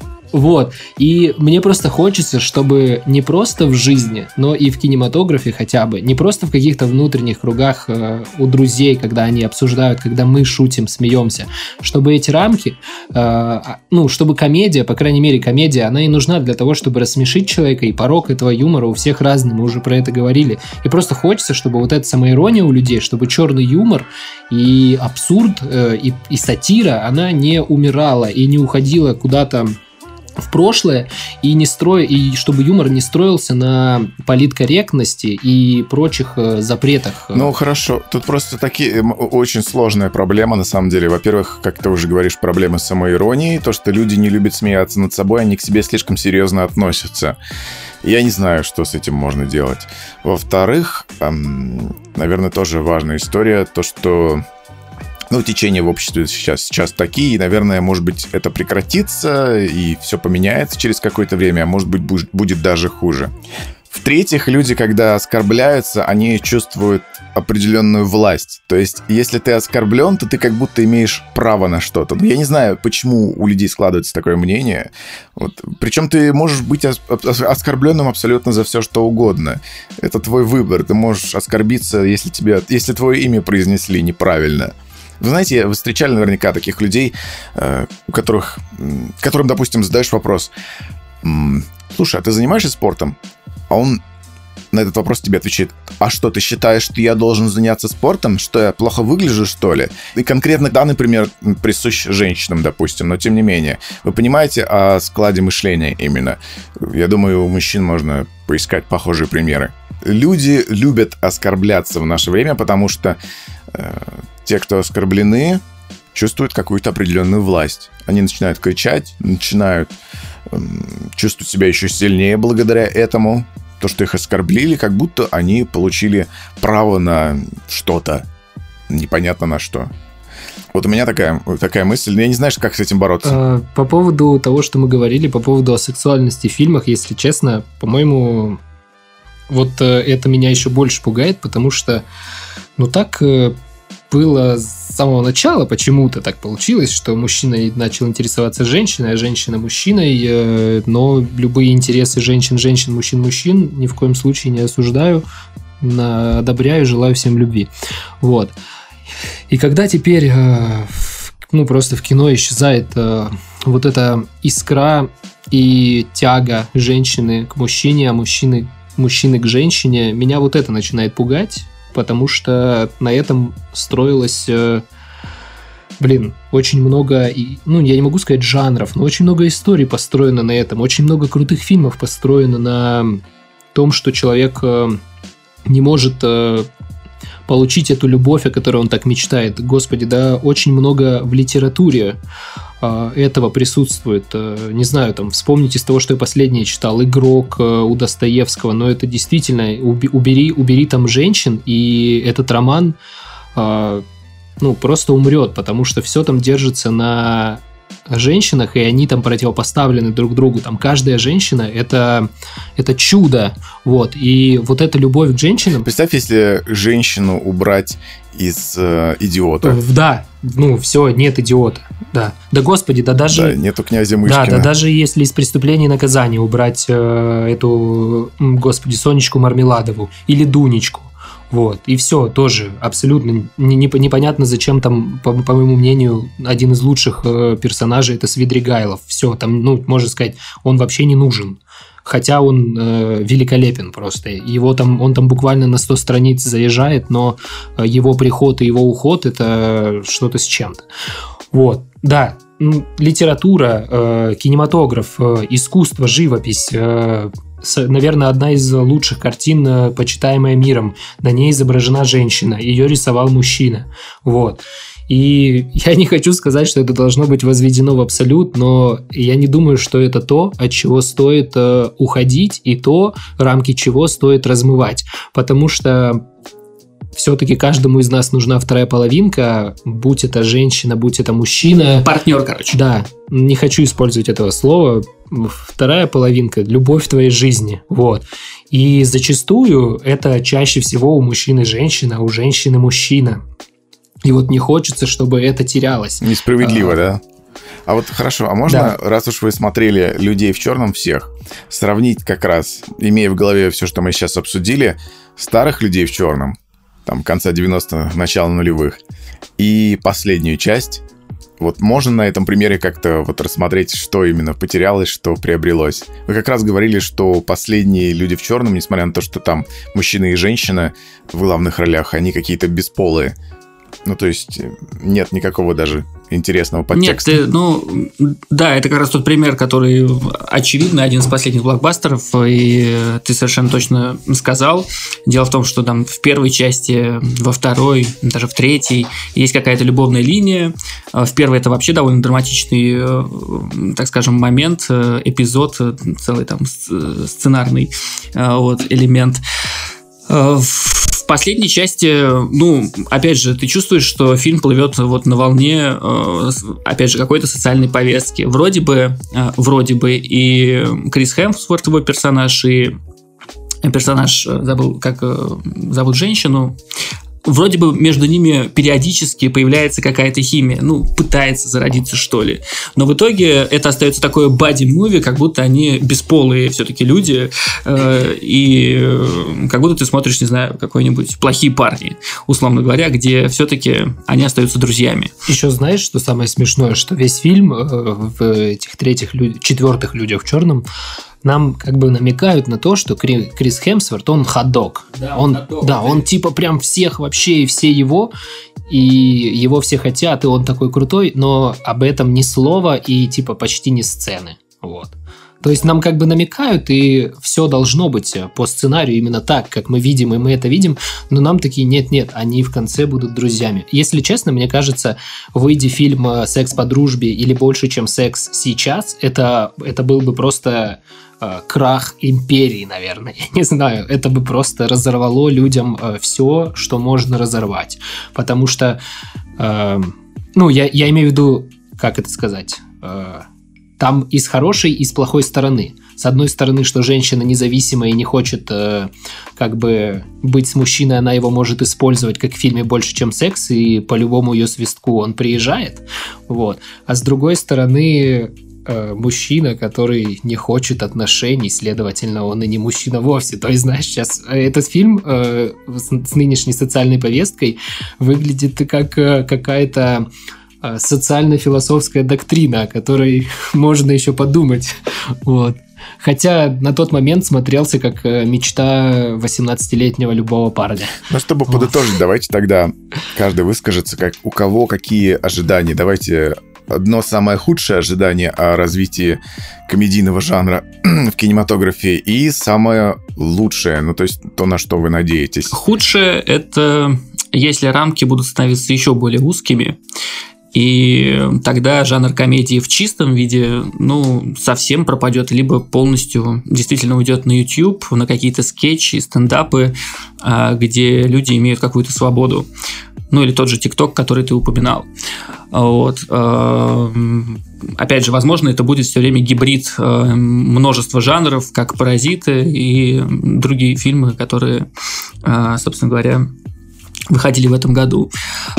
Вот, и мне просто хочется, чтобы не просто в жизни, но и в кинематографе хотя бы, не просто в каких-то внутренних кругах э, у друзей, когда они обсуждают, когда мы шутим, смеемся, чтобы эти рамки, э, ну, чтобы комедия, по крайней мере, комедия, она и нужна для того, чтобы рассмешить человека, и порог этого юмора у всех разный, мы уже про это говорили, и просто хочется, чтобы вот эта самоирония у людей, чтобы черный юмор и абсурд, э, и, и сатира, она не умирала и не уходила куда-то в прошлое, и не строй, и чтобы юмор не строился на политкорректности и прочих э, запретах. Ну, хорошо. Тут просто такие очень сложная проблема, на самом деле. Во-первых, как ты уже говоришь, проблема с самоиронией, то, что люди не любят смеяться над собой, они к себе слишком серьезно относятся. Я не знаю, что с этим можно делать. Во-вторых, эм, наверное, тоже важная история, то, что... Ну, течения в обществе сейчас, сейчас такие, и, наверное, может быть, это прекратится, и все поменяется через какое-то время, а может быть, будет даже хуже. В-третьих, люди, когда оскорбляются, они чувствуют определенную власть. То есть, если ты оскорблен, то ты как будто имеешь право на что-то. Я не знаю, почему у людей складывается такое мнение. Вот. Причем ты можешь быть оскорбленным абсолютно за все, что угодно. Это твой выбор. Ты можешь оскорбиться, если, тебе, если твое имя произнесли неправильно. Вы знаете, вы встречали наверняка таких людей, у которых, которым, допустим, задаешь вопрос: слушай, а ты занимаешься спортом? А он на этот вопрос тебе отвечает: а что, ты считаешь, что я должен заняться спортом? Что я плохо выгляжу, что ли? И конкретно данный пример присущ женщинам, допустим, но тем не менее. Вы понимаете о складе мышления именно? Я думаю, у мужчин можно поискать похожие примеры. Люди любят оскорбляться в наше время, потому что э, те, кто оскорблены, чувствуют какую-то определенную власть. Они начинают кричать, начинают э, чувствовать себя еще сильнее благодаря этому. То, что их оскорбили, как будто они получили право на что-то. Непонятно на что. Вот у меня такая, такая мысль. Я не знаю, как с этим бороться. По поводу того, что мы говорили, по поводу сексуальности в фильмах, если честно, по-моему, вот это меня еще больше пугает, потому что, ну, так было с самого начала, почему-то так получилось, что мужчина начал интересоваться женщиной, а женщина мужчиной, но любые интересы женщин, женщин, мужчин, мужчин ни в коем случае не осуждаю, одобряю, желаю всем любви. Вот. И когда теперь, ну, просто в кино исчезает вот эта искра и тяга женщины к мужчине, а мужчины, мужчины к женщине, меня вот это начинает пугать, потому что на этом строилось... Блин, очень много, ну, я не могу сказать жанров, но очень много историй построено на этом, очень много крутых фильмов построено на том, что человек не может получить эту любовь, о которой он так мечтает. Господи, да, очень много в литературе этого присутствует. Не знаю, там, вспомните из того, что я последнее читал, «Игрок» у Достоевского, но это действительно, убери, убери там женщин, и этот роман... ну, просто умрет, потому что все там держится на женщинах, и они там противопоставлены друг другу. Там каждая женщина это, – это чудо. Вот. И вот эта любовь к женщинам... Представь, если женщину убрать из э, идиота. Да, ну, все, нет идиота. Да, да господи, да даже... Да, нету князя Мышкина. Да, да даже если из «Преступления и наказания» убрать э, эту, господи, Сонечку Мармеладову или Дунечку. Вот, и все, тоже абсолютно непонятно, зачем там, по, по моему мнению, один из лучших э, персонажей это Свидригайлов. Все, там, ну, можно сказать, он вообще не нужен. Хотя он э, великолепен просто. Его там, он там буквально на сто страниц заезжает, но его приход и его уход это что-то с чем-то. Вот, да, литература, э, кинематограф, э, искусство, живопись, э, наверное, одна из лучших картин, почитаемая миром. На ней изображена женщина, ее рисовал мужчина. Вот. И я не хочу сказать, что это должно быть возведено в абсолют, но я не думаю, что это то, от чего стоит э, уходить, и то, рамки чего стоит размывать. Потому что все-таки каждому из нас нужна вторая половинка, будь это женщина, будь это мужчина. Партнер, короче. Да, не хочу использовать этого слова. Вторая половинка – любовь в твоей жизни. Вот. И зачастую это чаще всего у мужчины женщина, а у женщины мужчина. И вот не хочется, чтобы это терялось. Несправедливо, а, да? А вот хорошо, а можно, да. раз уж вы смотрели «Людей в черном» всех, сравнить как раз, имея в голове все, что мы сейчас обсудили, старых «Людей в черном», там, конца девяностых, начала нулевых, и последнюю часть. Вот можно на этом примере как-то вот рассмотреть, что именно потерялось, что приобрелось. Вы как раз говорили, что последние «Люди в черном», несмотря на то, что там мужчина и женщина в главных ролях, они какие-то бесполые. Ну, то есть нет никакого даже интересного подтекста. Нет, ты, ну, да, это как раз тот пример, который очевидно один из последних блокбастеров, и ты совершенно точно сказал. Дело в том, что там в первой части, во второй, даже в третьей есть какая-то любовная линия. В первой это вообще довольно драматичный, так скажем, момент, эпизод, целый там сценарный вот, элемент. В последней части, ну, опять же, ты чувствуешь, что фильм плывет вот на волне, опять же, какой-то социальной повестки. Вроде бы, вроде бы и Крис Хемсворт, его персонаж, и персонаж, забыл, как зовут женщину, вроде бы между ними периодически появляется какая-то химия, ну, пытается зародиться, что ли. Но в итоге это остается такое бади-муви, как будто они бесполые все-таки люди, э, и как будто ты смотришь, не знаю, какой-нибудь «Плохие парни», условно говоря, где все-таки они остаются друзьями. Еще знаешь, что самое смешное, что весь фильм э, в этих третьих, люд... четвертых «Людях в черном» нам как бы намекают на то, что Крис Хемсворт, он хот-дог. Да, он, хот-дог, да, он типа прям всех вообще, и все его, и его все хотят, и он такой крутой, но об этом ни слова и типа почти ни сцены. Вот. То есть нам как бы намекают, и все должно быть по сценарию именно так, как мы видим, и мы это видим, но нам такие нет-нет, они в конце будут друзьями. Если честно, мне кажется, выйдя фильм «Секс по дружбе» или «Больше, чем секс» сейчас, это, это был бы просто э, крах империи, наверное. Я не знаю, это бы просто разорвало людям э, все, что можно разорвать. Потому что, э, ну, я, я имею в виду, как это сказать... Э, Там и с хорошей, и с плохой стороны. С одной стороны, что женщина независимая и не хочет э, как бы быть с мужчиной, она его может использовать, как в фильме «Больше, чем секс», и по любому ее свистку он приезжает. Вот. А с другой стороны, э, мужчина, который не хочет отношений, следовательно, он и не мужчина вовсе. То есть, знаешь, сейчас этот фильм э, с, с нынешней социальной повесткой выглядит как э, какая-то социально-философская доктрина, о которой можно еще подумать. Вот. Хотя на тот момент смотрелся как мечта восемнадцатилетнего любого парня. Ну, чтобы вот. подытожить, давайте тогда каждый выскажется, как, у кого какие ожидания. Давайте одно самое худшее ожидание о развитии комедийного жанра в кинематографе и самое лучшее, ну, то есть то, на что вы надеетесь. Худшее – это если рамки будут становиться еще более узкими, и тогда жанр комедии в чистом виде, ну, совсем пропадет, либо полностью действительно уйдет на YouTube, на какие-то скетчи, стендапы, где люди имеют какую-то свободу. Ну, или тот же ТикТок, который ты упоминал. Вот. Опять же, возможно, это будет все время гибрид множества жанров, как «Паразиты» и другие фильмы, которые, собственно говоря, выходили в этом году.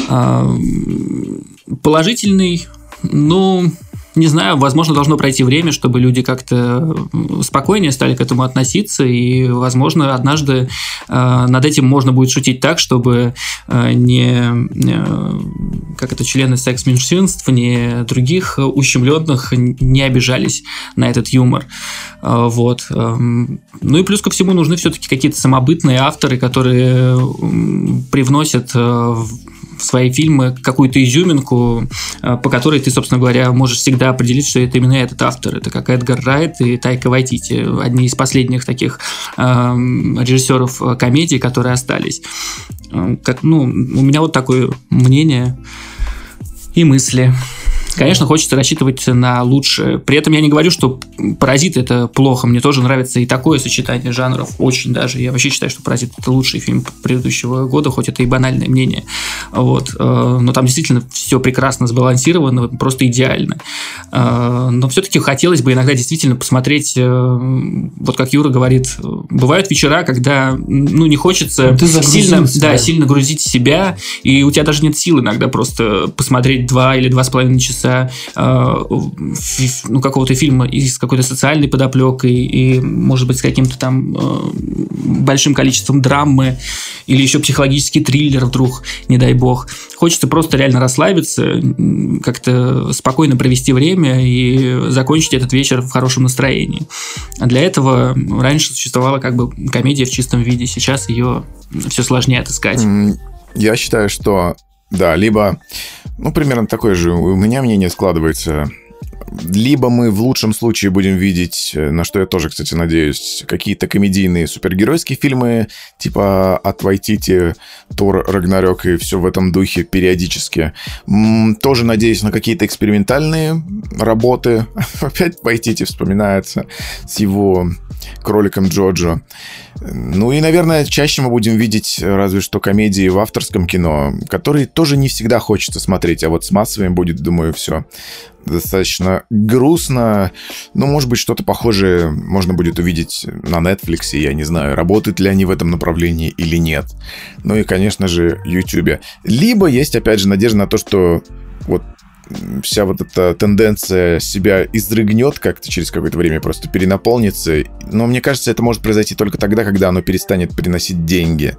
Положительный, ну, не знаю, возможно, должно пройти время, чтобы люди как-то спокойнее стали к этому относиться, и, возможно, однажды э, над этим можно будет шутить так, чтобы э, не, э, как это, члены секс-меньшинств, не других ущемленных не обижались на этот юмор. Э, вот. Э, ну и плюс ко всему нужны все-таки какие-то самобытные авторы, которые привносят э, в в свои фильмы какую-то изюминку, по которой ты, собственно говоря, можешь всегда определить, что это именно этот автор. Это как Эдгар Райт и Тайка Вайтити, одни из последних таких э, режиссеров комедий, которые остались. Как, ну, у меня вот такое мнение и мысли. Конечно, хочется рассчитывать на лучшее. При этом я не говорю, что «Паразит» — это плохо. Мне тоже нравится и такое сочетание жанров. Очень даже. Я вообще считаю, что «Паразит» — это лучший фильм предыдущего года, хоть это и банальное мнение. Вот. Но там действительно все прекрасно сбалансировано, просто идеально. Но все-таки хотелось бы иногда действительно посмотреть, вот как Юра говорит, бывают вечера, когда ну, не хочется сильно, да, сильно грузить себя, и у тебя даже нет сил иногда просто посмотреть два или два с половиной часа ну, какого-то фильма и с какой-то социальной подоплекой, и, может быть, с каким-то там большим количеством драмы, или еще психологический триллер вдруг, не дай бог. Хочется просто реально расслабиться, как-то спокойно провести время и закончить этот вечер в хорошем настроении. А для этого раньше существовала как бы комедия в чистом виде, сейчас ее все сложнее отыскать. Я считаю, что да, либо, ну, примерно такое же у меня мнение складывается. Либо мы в лучшем случае будем видеть, на что я тоже, кстати, надеюсь, какие-то комедийные супергеройские фильмы, типа от Вайтити, Тор, Рагнарёк и все в этом духе периодически. Тоже надеюсь на какие-то экспериментальные работы. Опять Вайтити вспоминается с его кроликом Джоджо. Ну и, наверное, чаще мы будем видеть разве что комедии в авторском кино, которые тоже не всегда хочется смотреть, а вот с массовыми будет, думаю, все достаточно грустно. Ну, может быть, что-то похожее можно будет увидеть на Netflix, я не знаю, работают ли они в этом направлении или нет. Ну и, конечно же, YouTube. Либо есть, опять же, надежда на то, что вот вся вот эта тенденция себя изрыгнет как-то через какое-то время, просто перенаполнится. Но мне кажется, это может произойти только тогда, когда оно перестанет приносить деньги.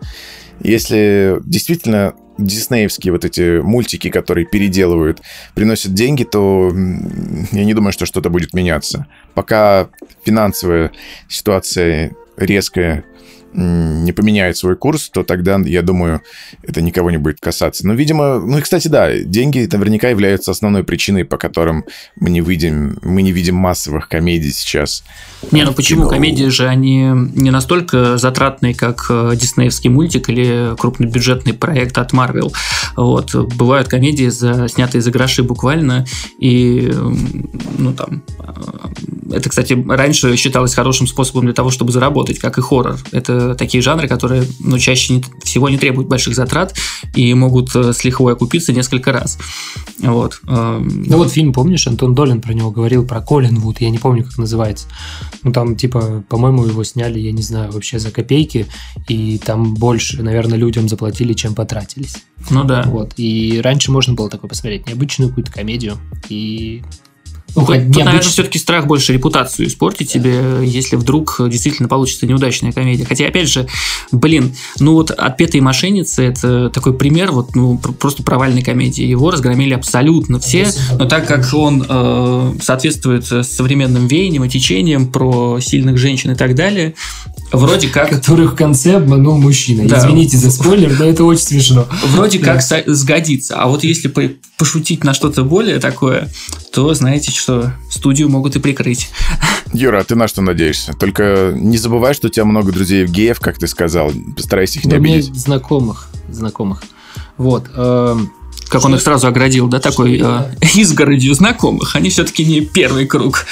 Если действительно диснеевские вот эти мультики, которые переделывают, приносят деньги, то я не думаю, что что-то будет меняться. Пока финансовая ситуация резкая не поменяет свой курс, то тогда, я думаю, это никого не будет касаться. Но, видимо... Ну и, кстати, да, деньги наверняка являются основной причиной, по которым мы не видим, мы не видим массовых комедий сейчас. Не, ну почему? Комедии же, они не настолько затратные, как диснеевский мультик или крупнобюджетный проект от Marvel. Вот. Бывают комедии, за, снятые за гроши буквально, и, ну, там... Это, кстати, раньше считалось хорошим способом для того, чтобы заработать, как и хоррор. Это такие жанры, которые, ну, чаще не, всего не требуют больших затрат и могут с лихвой окупиться несколько раз. Вот. Ну вот фильм, помнишь, Антон Долин про него говорил, про Коллинвуд, я не помню, как называется. Ну там, типа, по-моему, его сняли, я не знаю, вообще за копейки, и там больше, наверное, людям заплатили, чем потратились. Ну да. Вот. И раньше можно было такое посмотреть, необычную какую-то комедию, и... Ну, Тут, необычно. наверное, все-таки страх больше репутацию испортить да. тебе, если вдруг действительно получится неудачная комедия. Хотя, опять же, блин, ну вот «Отпетые мошенницы» — это такой пример вот, ну, просто провальной комедии. Его разгромили абсолютно все, но так как он э, соответствует современным веяниям и течениям про сильных женщин и так далее, вроде как... Которых в конце обманул мужчина. Да. Извините за спойлер, но это очень смешно. Вроде да. как сгодится. А вот если пошутить на что-то более такое, то знаете, что студию могут и прикрыть. Юра, а ты на что надеешься? Только не забывай, что у тебя много друзей геев, как ты сказал. Постарайся их не да обидеть. Мне знакомых. Знакомых. Вот. Э- как что? Он их сразу оградил, да, такой э- изгородью знакомых. Они все-таки не первый круг.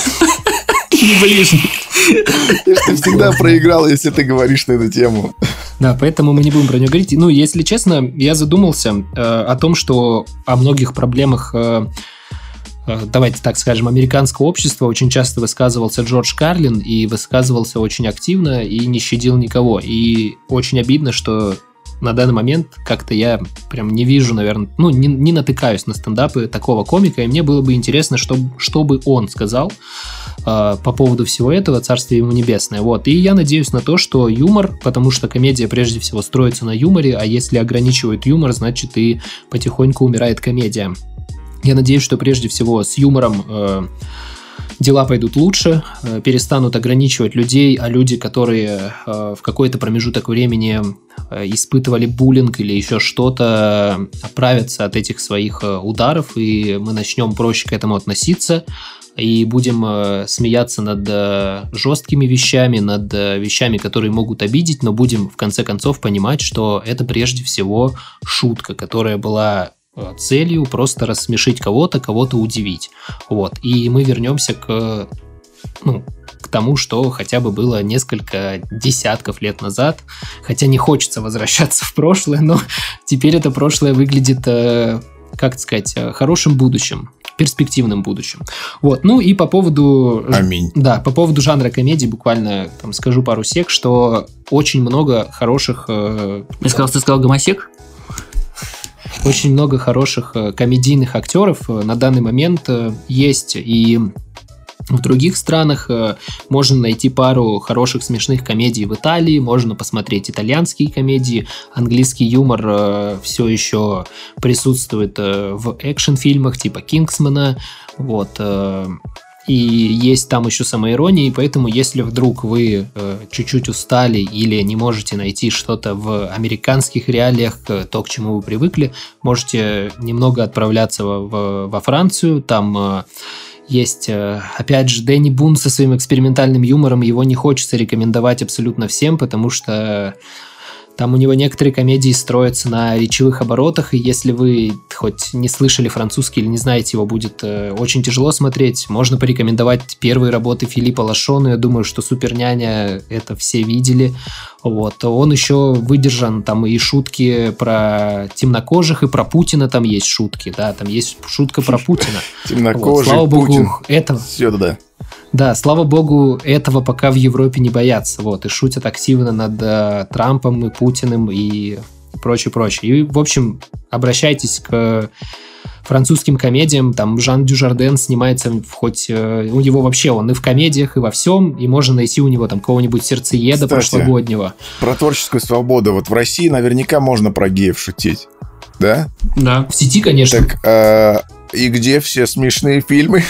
Не ближний. Ты всегда проиграл, если ты говоришь на эту тему. Да, поэтому мы не будем про нее говорить. Ну, если честно, я задумался э, о том, что о многих проблемах, э, э, давайте так скажем, американского общества очень часто высказывался Джордж Карлин, и высказывался очень активно, и не щадил никого. И очень обидно, что на данный момент как-то я прям не вижу, наверное, ну, не, не натыкаюсь на стендапы такого комика, и мне было бы интересно, что, что бы он сказал э, по поводу всего этого, царствие ему небесное. Вот. И я надеюсь на то, что юмор, потому что комедия прежде всего строится на юморе, а если ограничивают юмор, значит и потихоньку умирает комедия. Я надеюсь, что прежде всего с юмором... Э, дела пойдут лучше, перестанут ограничивать людей, а люди, которые в какой-то промежуток времени испытывали буллинг или еще что-то, оправятся от этих своих ударов, и мы начнем проще к этому относиться, и будем смеяться над жесткими вещами, над вещами, которые могут обидеть, но будем в конце концов понимать, что это прежде всего шутка, которая была... целью просто рассмешить кого-то, кого-то удивить. Вот. И мы вернемся к, ну, к тому, что хотя бы было несколько десятков лет назад. Хотя не хочется возвращаться в прошлое, но теперь это прошлое выглядит, как сказать, хорошим будущим, перспективным будущим. Вот. Ну и по поводу... Аминь. Да, по поводу жанра комедии буквально там скажу пару сек, что очень много хороших... Я сказал, ты сказал гомосек? Очень много хороших комедийных актеров на данный момент есть, и в других странах можно найти пару хороших смешных комедий в Италии, можно посмотреть итальянские комедии, английский юмор все еще присутствует в экшн-фильмах типа «Кингсмена», вот. И есть там еще самоирония, и поэтому, если вдруг вы э, чуть-чуть устали или не можете найти что-то в американских реалиях, то, к чему вы привыкли, можете немного отправляться во, во Францию. Там э, есть, э, опять же, Дэнни Бун со своим экспериментальным юмором. Его не хочется рекомендовать абсолютно всем, потому что... Там у него некоторые комедии строятся на речевых оборотах, и если вы хоть не слышали французский или не знаете его, будет э, очень тяжело смотреть. Можно порекомендовать первые работы Филиппа Лашону. Я думаю, что «Суперняня» это все видели. Вот. Он еще выдержан, там и шутки про темнокожих, и про Путина там есть шутки, да, там есть шутка про Путина. Темнокожий, Слава Путин. богу, этого... Все туда. Да, слава богу, этого пока в Европе не боятся, вот, и шутят активно над э, Трампом и Путиным и прочее, прочее. И, в общем, обращайтесь к французским комедиям, там Жан Дюжарден снимается хоть... Э, у него вообще, он и в комедиях, и во всем, и можно найти у него там кого-нибудь сердцееда Кстати, прошлогоднего. Про творческую свободу. Вот в России наверняка можно про геев шутить, да? Да. В сети, конечно. Так, э, и где все смешные фильмы?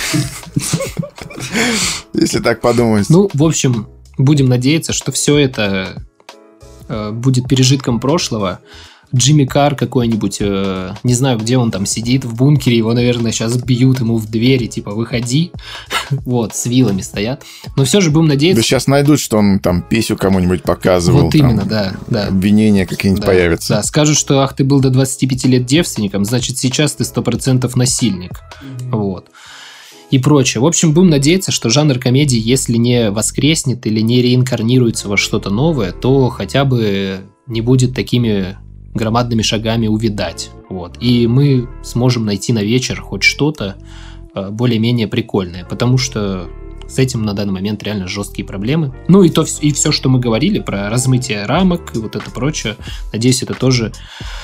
Если так подумать. Ну, в общем, будем надеяться, что все это э, будет пережитком прошлого. Джимми Карр какой-нибудь, э, не знаю, где он там сидит, в бункере, его, наверное, сейчас бьют ему в двери, типа, выходи. Вот, с вилами стоят. Но все же будем надеяться... Да сейчас найдут, что он там писю кому-нибудь показывал. Вот именно, да, да. Обвинения какие-нибудь да, появятся. Да, скажут, что, ах, ты был до двадцати пяти лет девственником, значит, сейчас ты сто процентов насильник. Вот. И прочее. В общем, будем надеяться, что жанр комедии, если не воскреснет или не реинкарнируется во что-то новое, то хотя бы не будет такими громадными шагами увядать. Вот. И мы сможем найти на вечер хоть что-то более-менее прикольное, потому что с этим на данный момент реально жесткие проблемы. Ну и, то, и все, что мы говорили про размытие рамок и вот это прочее, надеюсь, это тоже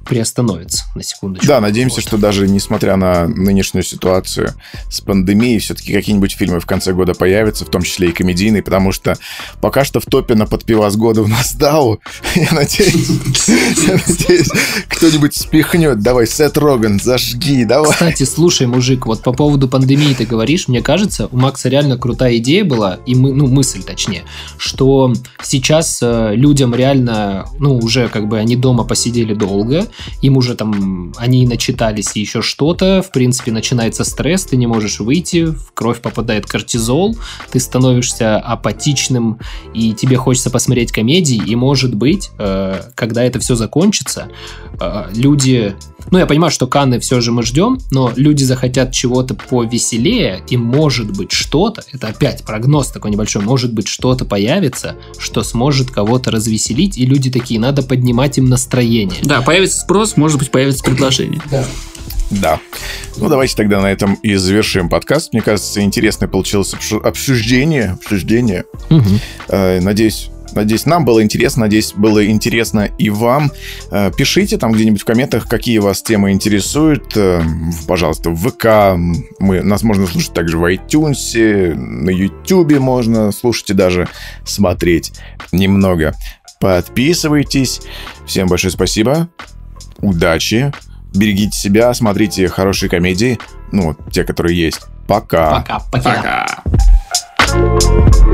приостановится на секундочку. Да, надеемся, вот. что даже несмотря на нынешнюю ситуацию с пандемией, все-таки какие-нибудь фильмы в конце года появятся, в том числе и комедийные, потому что пока что в топе на подпивас года у нас Дау. Я надеюсь, я надеюсь, кто-нибудь спихнет. Давай, Сет Роган, зажги, давай. Кстати, слушай, мужик, вот по поводу пандемии ты говоришь, мне кажется, у Макса реально крутая идея была, и мы, ну, мысль точнее, что сейчас э, людям реально, ну, уже как бы они дома посидели долго, им уже там, они начитались и еще что-то, в принципе, начинается стресс, ты не можешь выйти, в кровь попадает кортизол, ты становишься апатичным, и тебе хочется посмотреть комедии, и может быть, э, когда это все закончится, э, люди... Ну, я понимаю, что Канны все же мы ждем, но люди захотят чего-то повеселее, и может быть что-то, это опять прогноз такой небольшой, может быть что-то появится, что сможет кого-то развеселить, и люди такие, надо поднимать им настроение. Да, появится спрос, может быть, появится предложение. Да. Да. Ну, давайте тогда на этом и завершим подкаст. Мне кажется, интересное получилось обсуждение. Обсуждение. Угу. Э, надеюсь... Надеюсь, нам было интересно, надеюсь, было интересно и вам. Пишите там где-нибудь в комментах, какие вас темы интересуют. Пожалуйста, в ВК. Мы, нас можно слушать также в iTunes, на YouTube можно слушать и даже смотреть немного. Подписывайтесь. Всем большое спасибо. Удачи. Берегите себя, смотрите хорошие комедии. Ну, вот те, которые есть. Пока. Пока. Пока. Пока.